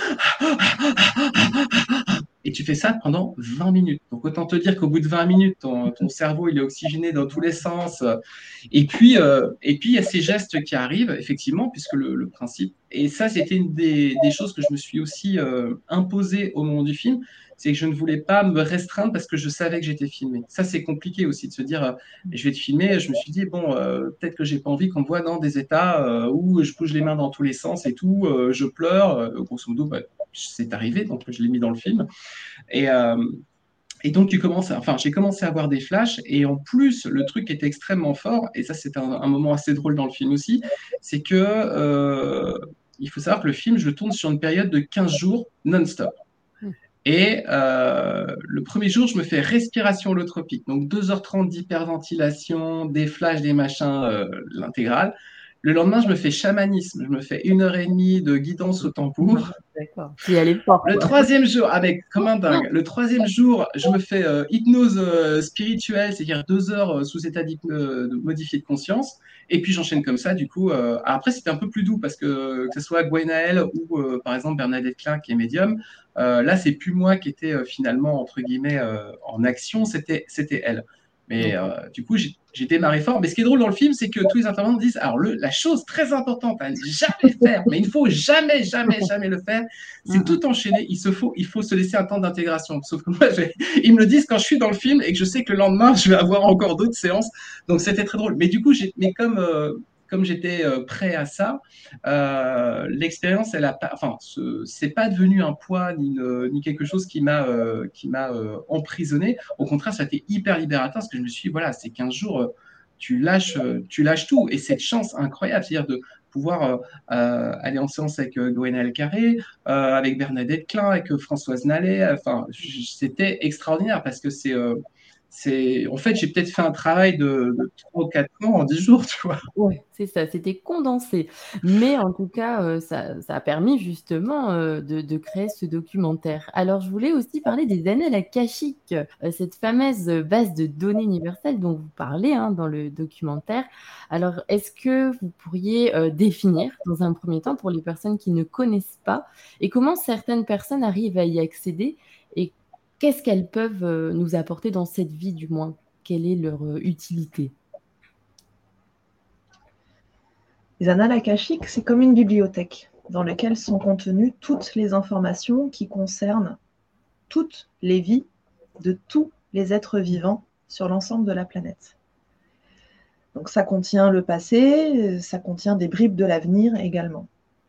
et tu fais ça pendant 20 minutes. Donc, autant te dire qu'au bout de 20 minutes, ton cerveau, il est oxygéné dans tous les sens. Et puis, il y a ces gestes qui arrivent, effectivement, puisque le principe... Et ça, c'était une des choses que je me suis aussi imposé au moment du film, c'est que je ne voulais pas me restreindre parce que je savais que j'étais filmé. Ça, c'est compliqué aussi de se dire, je vais te filmer. Je me suis dit, bon, peut-être que j'ai pas envie qu'on me voit dans des états où je bouge les mains dans tous les sens et tout, je pleure. Grosso modo, c'est arrivé, donc je l'ai mis dans le film. Et donc, j'ai commencé à avoir des flashs. Et en plus, le truc qui était extrêmement fort, et ça, c'est un moment assez drôle dans le film aussi, c'est que il faut savoir que le film, je le tourne sur une période de 15 jours non-stop. Et le premier jour, je me fais respiration holotropique. Donc 2h30 d'hyperventilation, des flashs, des machins, l'intégrale. Le lendemain, je me fais chamanisme. Je me fais 1h30 de guidance au tambour. D'accord. Tu y allais fort. Le troisième jour, comme un dingue. Le troisième jour, je me fais hypnose spirituelle, c'est-à-dire 2 heures sous état modifié de conscience. Et puis j'enchaîne comme ça. Du coup, après c'était un peu plus doux parce que ce soit Gwenaël ou par exemple Bernadette Klein qui est médium, là c'est plus moi qui était finalement entre guillemets en action, c'était elle. Mais du coup, j'ai démarré fort. Mais ce qui est drôle dans le film, c'est que tous les intervenants disent, alors la chose très importante à ne jamais faire, mais il ne faut jamais, jamais, jamais le faire, c'est tout enchaîner. Il faut se laisser un temps d'intégration. Sauf que moi, ils me le disent quand je suis dans le film et que je sais que le lendemain, je vais avoir encore d'autres séances. Donc c'était très drôle. Mais du coup, comme j'étais prêt à ça, l'expérience, c'est pas devenu un poids ni quelque chose qui m'a emprisonné. Au contraire, ça a été hyper libérateur parce que je me suis dit, voilà, ces 15 jours, tu lâches tout. Et cette chance incroyable, c'est-à-dire de pouvoir aller en séance avec Gwenaël Carré, avec Bernadette Klein, avec Françoise Nallet. Enfin, c'était extraordinaire parce que En fait, j'ai peut-être fait un travail de 3 ou 4 ans en 10 jours, tu vois. Ouais, c'est ça, c'était condensé. Mais en tout cas, ça a permis justement, de créer ce documentaire. Alors je voulais aussi parler des annales akashiques, cette fameuse, base de données universelle dont vous parlez, hein, dans le documentaire. Alors est-ce que vous pourriez, définir dans un premier temps pour les personnes qui ne connaissent pas et comment certaines personnes arrivent à y accéder et qu'est-ce qu'elles peuvent, nous apporter dans cette vie du moins? Quelle est leur, utilité? Les annales akashiques, c'est comme une bibliothèque dans laquelle sont contenues toutes les informations qui concernent toutes les vies de tous les êtres vivants sur l'ensemble de la planète. Donc ça contient le passé, ça contient des bribes de l'avenir également.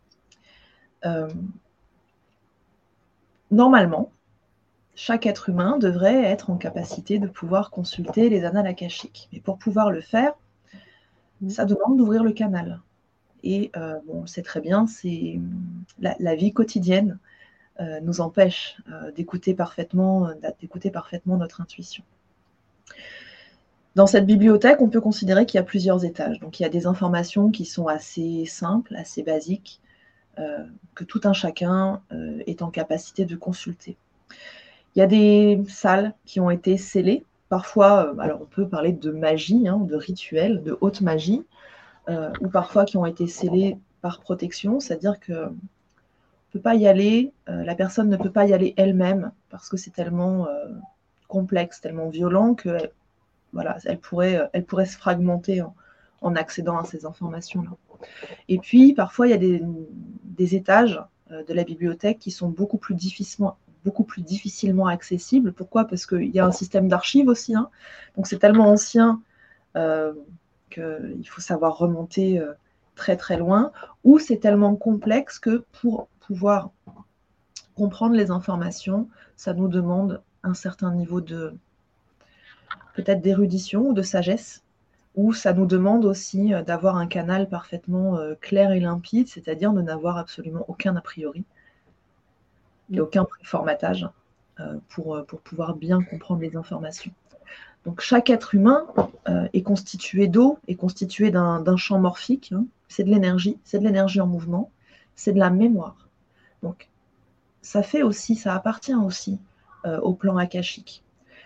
Normalement, chaque être humain devrait être en capacité de pouvoir consulter les annales akashiques. Mais pour pouvoir le faire, ça demande d'ouvrir le canal. Et on sait très bien, la vie quotidienne nous empêche d'écouter parfaitement notre intuition. Dans cette bibliothèque, on peut considérer qu'il y a plusieurs étages. Donc il y a des informations qui sont assez simples, assez basiques, que tout un chacun est en capacité de consulter. Il y a des salles qui ont été scellées. Parfois, alors on peut parler de magie, de rituels, de haute magie, ou parfois qui ont été scellées par protection, c'est-à-dire que peut pas y aller, la personne ne peut pas y aller elle-même parce que c'est tellement complexe, tellement violent que voilà, elle pourrait se fragmenter en accédant à ces informations-là. Et puis, parfois, il y a des étages de la bibliothèque qui sont beaucoup plus difficilement accessibles. Pourquoi ? Parce qu'il y a un système d'archives aussi. Donc, c'est tellement ancien qu'il faut savoir remonter très, très loin. Ou c'est tellement complexe que pour pouvoir comprendre les informations, ça nous demande un certain niveau peut-être d'érudition ou de sagesse, ou ça nous demande aussi d'avoir un canal parfaitement clair et limpide, c'est-à-dire de n'avoir absolument aucun a priori et aucun préformatage pour pouvoir bien comprendre les informations. Donc chaque être humain est constitué d'eau, est constitué d'un champ morphique, c'est de l'énergie en mouvement, c'est de la mémoire. Donc ça appartient aussi au plan akashique.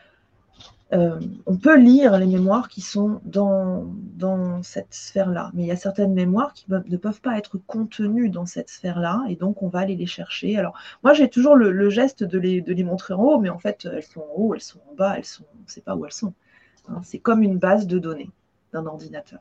On peut lire les mémoires qui sont dans cette sphère-là, mais il y a certaines mémoires qui ne peuvent pas être contenues dans cette sphère-là, et donc on va aller les chercher. Alors, moi, j'ai toujours le geste de les montrer en haut, mais en fait, elles sont en haut, elles sont en bas, on ne sait pas où elles sont. C'est comme une base de données d'un ordinateur.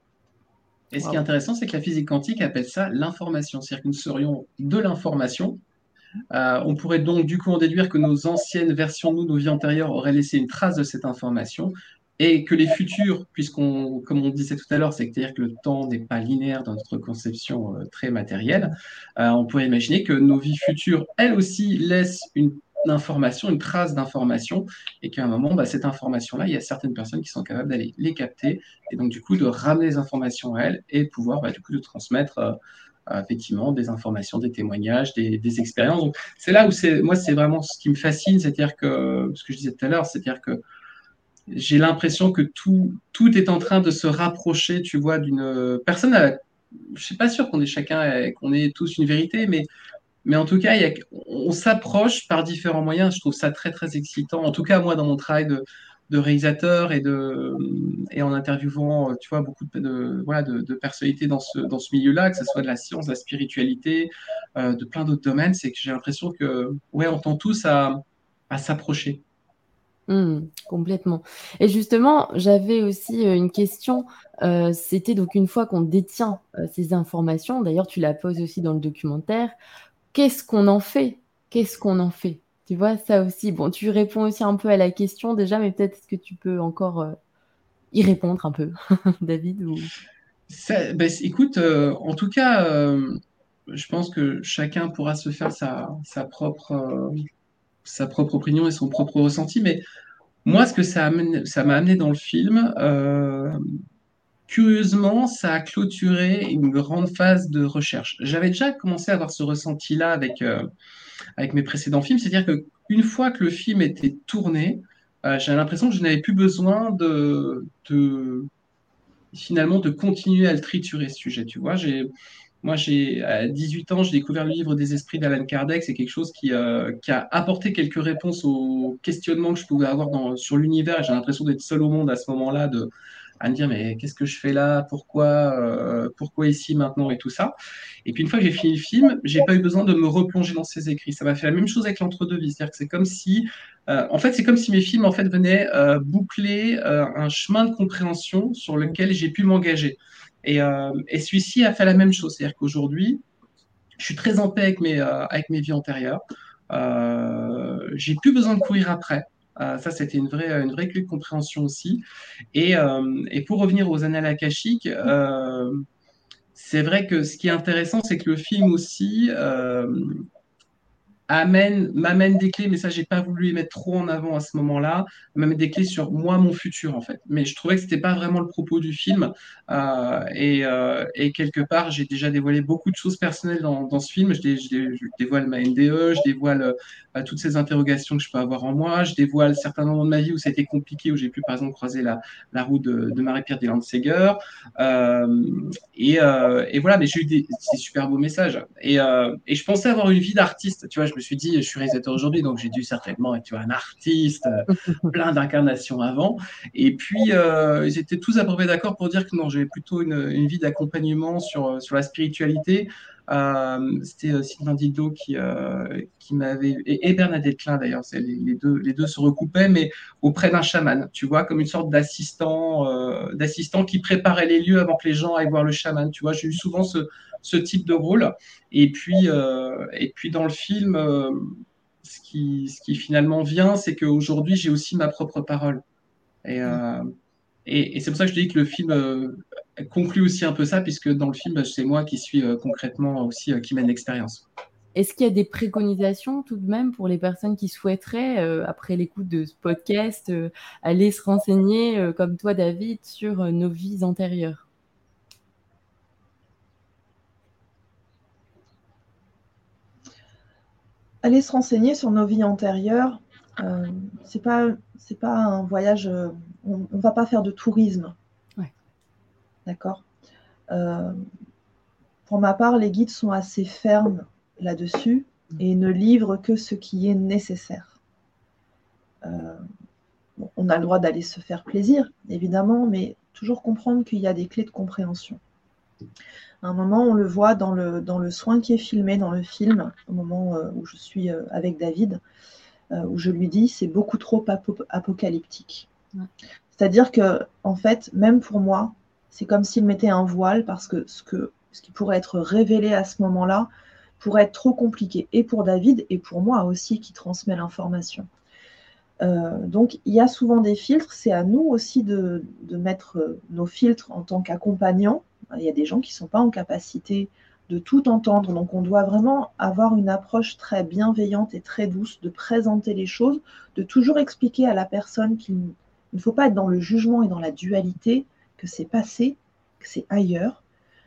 Et ce qui est intéressant, c'est que la physique quantique appelle ça l'information, c'est-à-dire que nous serions de l'information. On pourrait donc du coup en déduire que nos anciennes versions de nous, nos vies antérieures, auraient laissé une trace de cette information et que les futurs, comme on disait tout à l'heure, c'est-à-dire que le temps n'est pas linéaire dans notre conception très matérielle, on pourrait imaginer que nos vies futures, elles aussi, laissent une information, une trace d'information, et qu'à un moment, cette information-là, il y a certaines personnes qui sont capables d'aller les capter, et donc du coup de ramener les informations à elles et de pouvoir du coup de transmettre effectivement des informations, des témoignages, des expériences. Donc c'est là où moi c'est vraiment ce qui me fascine, c'est-à-dire que ce que je disais tout à l'heure, c'est-à-dire que j'ai l'impression que tout est en train de se rapprocher, tu vois, d'une personne. Je suis pas sûr qu'on ait tous une vérité, mais en tout cas, on s'approche par différents moyens. Je trouve ça très, très excitant. En tout cas, moi, dans mon travail de réalisateur et en interviewant, tu vois, beaucoup de personnalités dans ce milieu-là, que ce soit de la science, de la spiritualité, de plein d'autres domaines, c'est que j'ai l'impression que, ouais, on tend tous à s'approcher. Complètement. Et justement, j'avais aussi une question. C'était donc une fois qu'on détient ces informations, d'ailleurs, tu la poses aussi dans le documentaire, qu'est-ce qu'on en fait? Qu'est-ce qu'on en fait? Tu vois, ça aussi. Bon, tu réponds aussi un peu à la question déjà, mais peut-être est-ce que tu peux encore y répondre un peu, David ou... Écoute, en tout cas, je pense que chacun pourra se faire sa propre opinion et son propre ressenti, mais moi, ce que ça m'a amené dans le film, curieusement, ça a clôturé une grande phase de recherche. J'avais déjà commencé à avoir ce ressenti-là avec mes précédents films, c'est-à-dire qu'une fois que le film était tourné, j'ai l'impression que je n'avais plus besoin finalement de continuer à le triturer, ce sujet. Tu vois, à 18 ans, j'ai découvert le livre des esprits d'Alan Kardec. C'est quelque chose qui a apporté quelques réponses aux questionnements que je pouvais avoir sur l'univers. Et j'ai l'impression d'être seul au monde à ce moment-là, à me dire, mais qu'est-ce que je fais là? Pourquoi ici, maintenant et tout ça. Et puis une fois que j'ai fini le film, j'ai pas eu besoin de me replonger dans ses écrits. Ça m'a fait la même chose avec l'entre-deux-vie. C'est-à-dire que c'est comme si, en fait, c'est comme si mes films en fait venaient boucler un chemin de compréhension sur lequel j'ai pu m'engager. Et celui-ci a fait la même chose. C'est-à-dire qu'aujourd'hui, je suis très en paix avec mes vies antérieures. J'ai plus besoin de courir après. Ça, c'était une vraie clé de compréhension aussi. Et pour revenir aux annales akashiques, c'est vrai que ce qui est intéressant, c'est que le film aussi m'amène des clés, mais ça, j'ai pas voulu les mettre trop en avant à ce moment-là, m'amène des clés sur moi, mon futur, en fait. Mais je trouvais que c'était pas vraiment le propos du film. Et quelque part, j'ai déjà dévoilé beaucoup de choses personnelles dans ce film. Je dévoile ma NDE, je dévoile toutes ces interrogations que je peux avoir en moi, je dévoile certains moments de ma vie où ça a été compliqué, où j'ai pu, par exemple, croiser la route de Marie-Pierre Deslandes-Seger. Et voilà, mais j'ai eu des super beaux messages. Et je pensais avoir une vie d'artiste. Tu vois, je me suis dit, je suis réalisateur aujourd'hui, donc j'ai dû certainement être, tu vois, un artiste, plein d'incarnations avant. Et puis, ils étaient tous à peu près d'accord pour dire que non, j'avais plutôt une vie d'accompagnement sur la spiritualité. C'était Sylvain Didot qui m'avait, et Bernadette Klein d'ailleurs, les deux se recoupaient, mais auprès d'un chaman, tu vois, comme une sorte d'assistant qui préparait les lieux avant que les gens aillent voir le chaman. Tu vois, j'ai eu souvent ce type de rôle. Et puis dans le film, ce qui finalement vient, c'est qu'aujourd'hui, j'ai aussi ma propre parole. Et, euh, et c'est pour ça que je te dis que le film conclut aussi un peu ça, puisque dans le film, c'est moi qui suis concrètement aussi qui mène l'expérience. Est-ce qu'il y a des préconisations tout de même pour les personnes qui souhaiteraient, après l'écoute de ce podcast, aller se renseigner, comme toi, David, sur nos vies antérieures? Aller se renseigner sur nos vies antérieures, c'est pas un voyage. On ne va pas faire de tourisme. Ouais. D'accord. Pour ma part, les guides sont assez fermes là-dessus et ne livrent que ce qui est nécessaire. Bon, on a le droit d'aller se faire plaisir, évidemment, mais toujours comprendre qu'il y a des clés de compréhension. À un moment, on le voit dans le soin qui est filmé dans le film, au moment où je suis avec David, où je lui dis c'est beaucoup trop apocalyptique. Ouais. C'est-à-dire que, en fait, même pour moi, c'est comme s'il mettait un voile parce que ce qui pourrait être révélé à ce moment-là pourrait être trop compliqué, et pour David et pour moi aussi qui transmet l'information. Donc, il y a souvent des filtres. C'est à nous aussi de mettre nos filtres en tant qu'accompagnants. Il y a des gens qui ne sont pas en capacité de tout entendre. Donc, on doit vraiment avoir une approche très bienveillante et très douce de présenter les choses, de toujours expliquer à la personne qu'il ne faut pas être dans le jugement et dans la dualité, que c'est passé, que c'est ailleurs,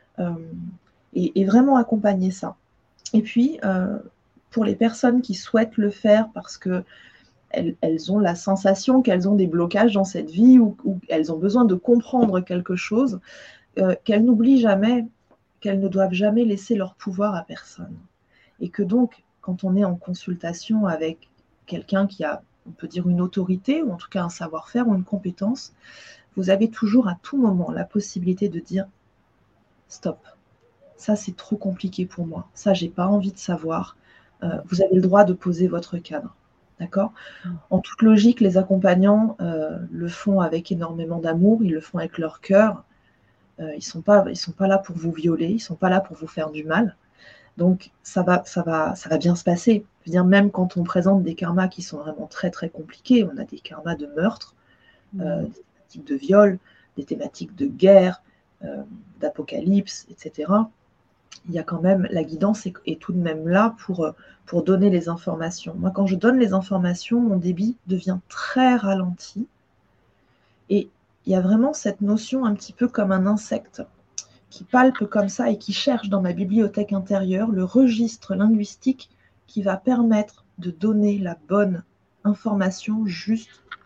et vraiment accompagner ça. Et puis, pour les personnes qui souhaitent le faire parce que elles ont la sensation qu'elles ont des blocages dans cette vie ou elles ont besoin de comprendre quelque chose, qu'elles n'oublient jamais qu'elles ne doivent jamais laisser leur pouvoir à personne. Et que donc, quand on est en consultation avec quelqu'un qui a, on peut dire, une autorité, ou en tout cas un savoir-faire ou une compétence, vous avez toujours à tout moment la possibilité de dire « Stop, ça c'est trop compliqué pour moi, ça j'ai pas envie de savoir, vous avez le droit de poser votre cadre. » D'accord ? En toute logique, les accompagnants le font avec énormément d'amour, ils le font avec leur cœur. Ils sont pas là pour vous violer, ils ne sont pas là pour vous faire du mal. Donc, ça va bien se passer. Je veux dire, même quand on présente des karmas qui sont vraiment très, très compliqués, on a des karmas de meurtre, des thématiques de viol, des thématiques de guerre, d'apocalypse, etc. Il y a quand même, la guidance est tout de même là pour donner les informations. Moi, quand je donne les informations, mon débit devient très ralenti. Et il y a vraiment cette notion un petit peu comme un insecte qui palpe comme ça et qui cherche dans ma bibliothèque intérieure le registre linguistique qui va permettre de donner la bonne information juste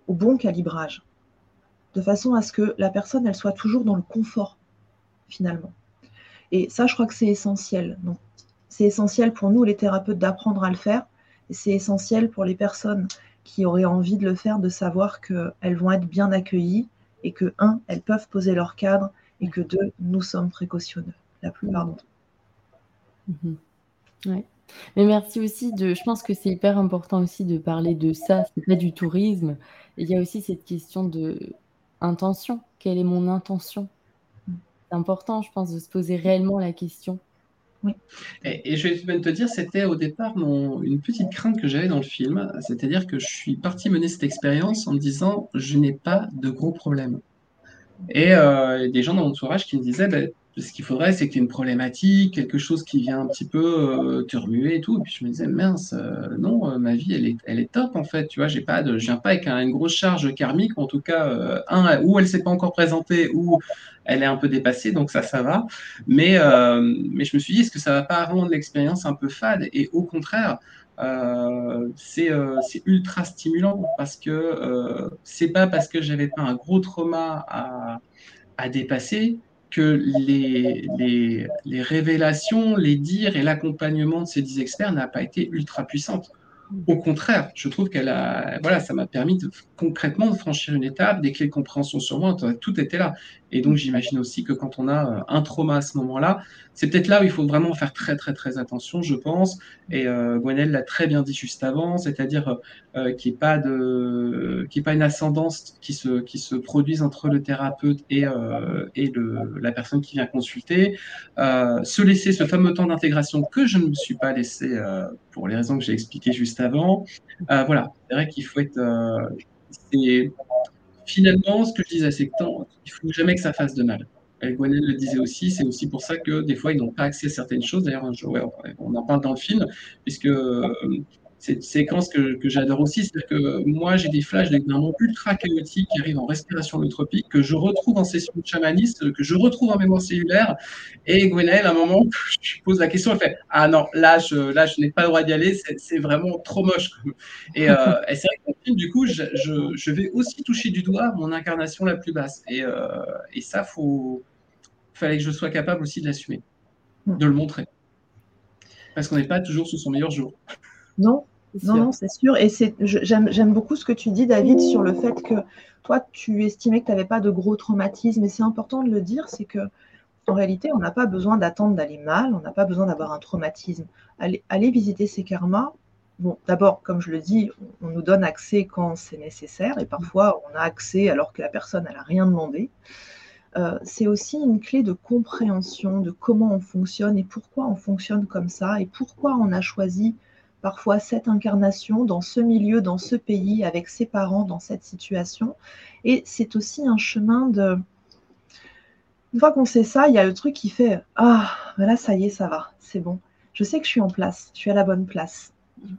au bon calibrage, de façon à ce que la personne, elle soit toujours dans le confort, finalement. Et ça, je crois que c'est essentiel. Donc, c'est essentiel pour nous, les thérapeutes, d'apprendre à le faire. Et c'est essentiel pour les personnes qui auraient envie de le faire, de savoir qu'elles vont être bien accueillies et que, un, elles peuvent poser leur cadre et que, deux, nous sommes précautionneux, la plupart d'entre nous. Ouais. Mais merci aussi je pense que c'est hyper important aussi de parler de ça. C'est pas du tourisme. Et il y a aussi cette question de intention. Quelle est mon intention? C'est important, je pense, de se poser réellement la question. Oui. Et je vais même te dire, c'était au départ une petite crainte que j'avais dans le film, c'est-à-dire que je suis parti mener cette expérience en me disant, je n'ai pas de gros problèmes. Et des gens dans mon entourage qui me disaient, ce qu'il faudrait, c'est que tu aies une problématique, quelque chose qui vient un petit peu te remuer et tout. Et puis je me disais, mince, non, ma vie, elle est top en fait. Tu vois, je viens pas avec une grosse charge karmique, ou en tout cas, ou elle s'est pas encore présentée, ou elle est un peu dépassée, donc ça va. Mais je me suis dit, est-ce que ça va pas rendre l'expérience un peu fade? Et au contraire, c'est ultra stimulant parce que c'est pas parce que j'avais pas un gros trauma à dépasser que les révélations, les dires et l'accompagnement de ces 10 experts n'a pas été ultra puissante. Au contraire, je trouve ça m'a permis concrètement de franchir une étape, des clés de compréhension sur moi, tout était là. Et donc, j'imagine aussi que quand on a un trauma à ce moment-là, c'est peut-être là où il faut vraiment faire très, très, très attention, je pense. Et Gwenaëlle l'a très bien dit juste avant, c'est-à-dire qu'il n'y ait pas une ascendance qui se produise entre le thérapeute et la personne qui vient consulter. Se laisser ce fameux temps d'intégration que je ne me suis pas laissé pour les raisons que j'ai expliquées juste avant. Voilà, c'est vrai qu'il faut être... finalement, ce que je disais, c'est qu'il ne faut jamais que ça fasse de mal. Gwenaëlle le disait aussi, c'est aussi pour ça que des fois, ils n'ont pas accès à certaines choses. D'ailleurs, on en parle dans le film, puisque c'est une séquence que j'adore aussi. C'est-à-dire que moi, j'ai des flashs d'un monde ultra chaotique qui arrive en respiration holotropique, que je retrouve en session de chamanisme, que je retrouve en mémoire cellulaire. Et Gwenaëlle, à un moment, je lui pose la question, elle fait « Ah non, là, je n'ai pas le droit d'y aller, c'est vraiment trop moche. » Et c'est vrai que dans le film, du coup, je vais aussi toucher du doigt mon incarnation la plus basse. Et ça, fallait que je sois capable aussi de l'assumer, de le montrer. Parce qu'on n'est pas toujours sous son meilleur jour. Non, non, c'est sûr. Et j'aime beaucoup ce que tu dis, David, sur le fait que toi, tu estimais que tu n'avais pas de gros traumatismes. Et c'est important de le dire, c'est que en réalité, on n'a pas besoin d'attendre d'aller mal, on n'a pas besoin d'avoir un traumatisme. Aller visiter ses karmas, bon, d'abord, comme je le dis, on nous donne accès quand c'est nécessaire, et parfois on a accès alors que la personne n'a rien demandé. C'est aussi une clé de compréhension de comment on fonctionne et pourquoi on fonctionne comme ça, et pourquoi on a choisi parfois cette incarnation dans ce milieu, dans ce pays, avec ses parents, dans cette situation. Et c'est aussi un chemin de... Une fois qu'on sait ça, il y a le truc qui fait « Ah, là, ça y est, ça va, c'est bon. Je sais que je suis en place, je suis à la bonne place. »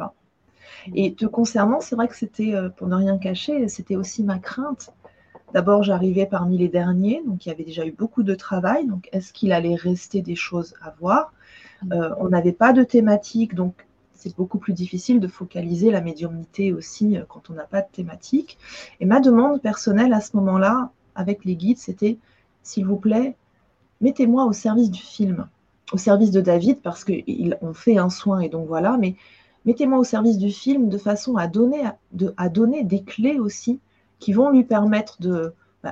Et te concernant, c'est vrai que c'était, pour ne rien cacher, c'était aussi ma crainte. D'abord, j'arrivais parmi les derniers, donc il y avait déjà eu beaucoup de travail. Donc, est-ce qu'il allait rester des choses à voir? On n'avait pas de thématique, donc c'est beaucoup plus difficile de focaliser la médiumnité aussi quand on n'a pas de thématique. Et ma demande personnelle à ce moment-là, avec les guides, c'était « S'il vous plaît, mettez-moi au service du film, au service de David, parce qu'on fait un soin et donc voilà, mais mettez-moi au service du film de façon à donner des clés aussi qui vont lui permettre d'avancer. »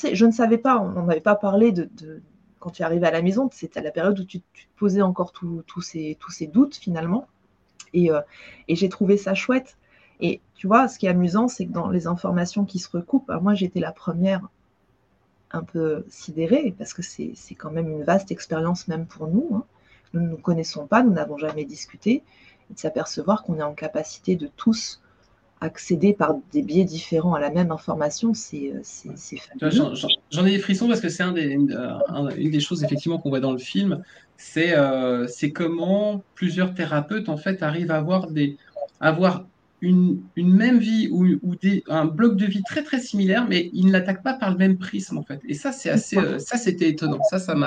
Je ne savais pas, on n'avait pas parlé quand tu es arrivé à la maison, c'était à la période où tu te posais encore tous ces doutes finalement. Et j'ai trouvé ça chouette. Et tu vois, ce qui est amusant, c'est que dans les informations qui se recoupent, moi j'étais la première un peu sidérée, parce que c'est quand même une vaste expérience même pour nous. Hein. Nous ne nous connaissons pas, nous n'avons jamais discuté, et de s'apercevoir qu'on est en capacité de tous accéder par des biais différents à la même information, c'est fabuleux. J'en ai des frissons parce que c'est une des choses effectivement qu'on voit dans le film, c'est comment plusieurs thérapeutes en fait arrivent à avoir une même vie ou un bloc de vie très très similaire, mais ils ne l'attaquent pas par le même prisme en fait. Et ça, c'est assez, ça c'était étonnant.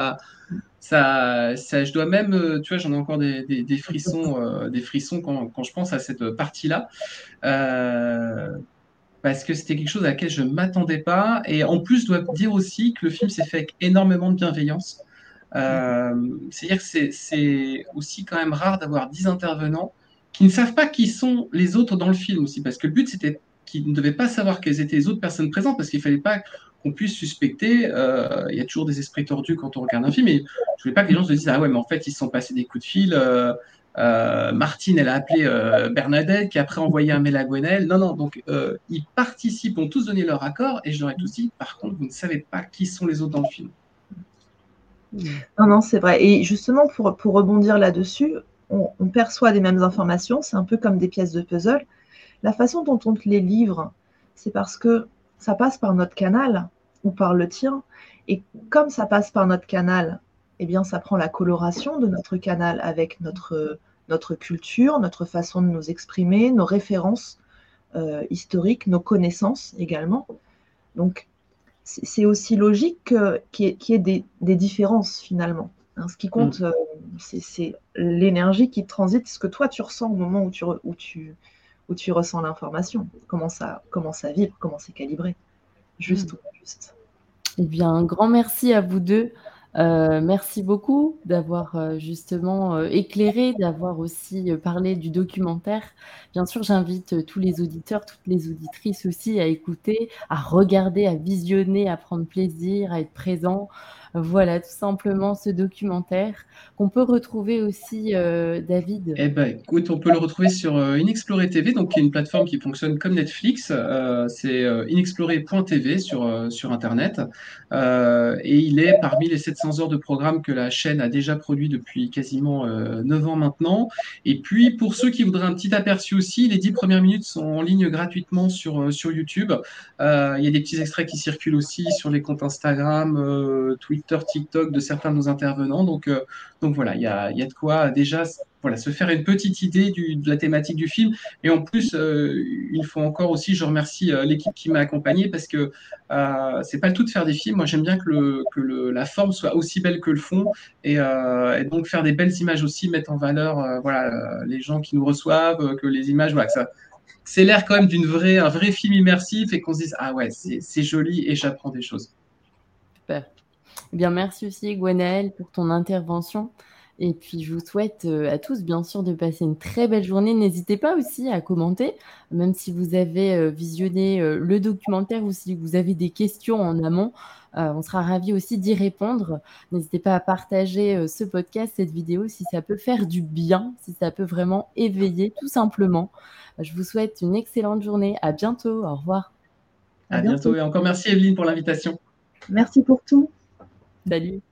Je dois même, tu vois, j'en ai encore des frissons quand je pense à cette partie-là. parce que c'était quelque chose à laquelle je ne m'attendais pas. Et en plus, je dois dire aussi que le film s'est fait avec énormément de bienveillance. C'est-à-dire que c'est aussi quand même rare d'avoir 10 intervenants qui ne savent pas qui sont les autres dans le film aussi, parce que le but, c'était qu'ils ne devaient pas savoir quelles étaient les autres personnes présentes, parce qu'il ne fallait pas qu'on puisse suspecter. Il y a toujours des esprits tordus quand on regarde un film, et je voulais pas que les gens se disent, ah ouais, mais en fait, ils se sont passés des coups de fil. Martine, elle a appelé Bernadette, qui a après envoyé un mail à Gwenelle. Non, non, donc ils participent, ont tous donné leur accord, et je leur ai tous dit, par contre, vous ne savez pas qui sont les autres dans le film. Non, non, c'est vrai. Et justement, pour rebondir là-dessus, on perçoit les mêmes informations, c'est un peu comme des pièces de puzzle. La façon dont on te les livre, c'est parce que ça passe par notre canal ou par le tien. Et comme ça passe par notre canal, eh bien, ça prend la coloration de notre canal avec notre culture, notre façon de nous exprimer, nos références historiques, nos connaissances également. Donc, c'est aussi logique qu'il y ait des différences finalement. Hein, ce qui compte, c'est l'énergie qui transite, ce que toi tu ressens au moment où tu ressens l'information, comment ça vibre, comment c'est calibré, juste ou pas juste. Eh bien, un grand merci à vous deux. Merci beaucoup d'avoir justement éclairé, d'avoir aussi parlé du documentaire. Bien sûr, j'invite tous les auditeurs, toutes les auditrices aussi à écouter, à regarder, à visionner, à prendre plaisir, à être présent. Voilà, tout simplement ce documentaire qu'on peut retrouver aussi, David. Eh ben, écoute, on peut le retrouver sur Inexploré TV, donc qui est une plateforme qui fonctionne comme Netflix. C'est inexploré.tv sur Internet. Et il est parmi les 700 heures de programme que la chaîne a déjà produit depuis quasiment 9 ans maintenant. Et puis, pour ceux qui voudraient un petit aperçu aussi, les 10 premières minutes sont en ligne gratuitement sur YouTube. Il y a des petits extraits qui circulent aussi sur les comptes Instagram, Twitter, TikTok de certains de nos intervenants. Donc voilà, il y a de quoi déjà voilà, se faire une petite idée de la thématique du film. Et en plus, une fois encore aussi, je remercie l'équipe qui m'a accompagné parce que c'est pas le tout de faire des films. Moi, j'aime bien que la forme soit aussi belle que le fond et donc faire des belles images aussi, mettre en valeur voilà, les gens qui nous reçoivent, que les images, voilà, que ça c'est l'air quand même un vrai film immersif et qu'on se dise ah ouais, c'est joli et j'apprends des choses. Super. Eh bien, merci aussi Gwenaëlle pour ton intervention. Et puis, je vous souhaite à tous, bien sûr, de passer une très belle journée. N'hésitez pas aussi à commenter, même si vous avez visionné le documentaire ou si vous avez des questions en amont. On sera ravis aussi d'y répondre. N'hésitez pas à partager ce podcast, cette vidéo, si ça peut faire du bien, si ça peut vraiment éveiller, tout simplement. Je vous souhaite une excellente journée. À bientôt. Au revoir. À bientôt et encore merci Evelyne pour l'invitation. Merci pour tout. Salut.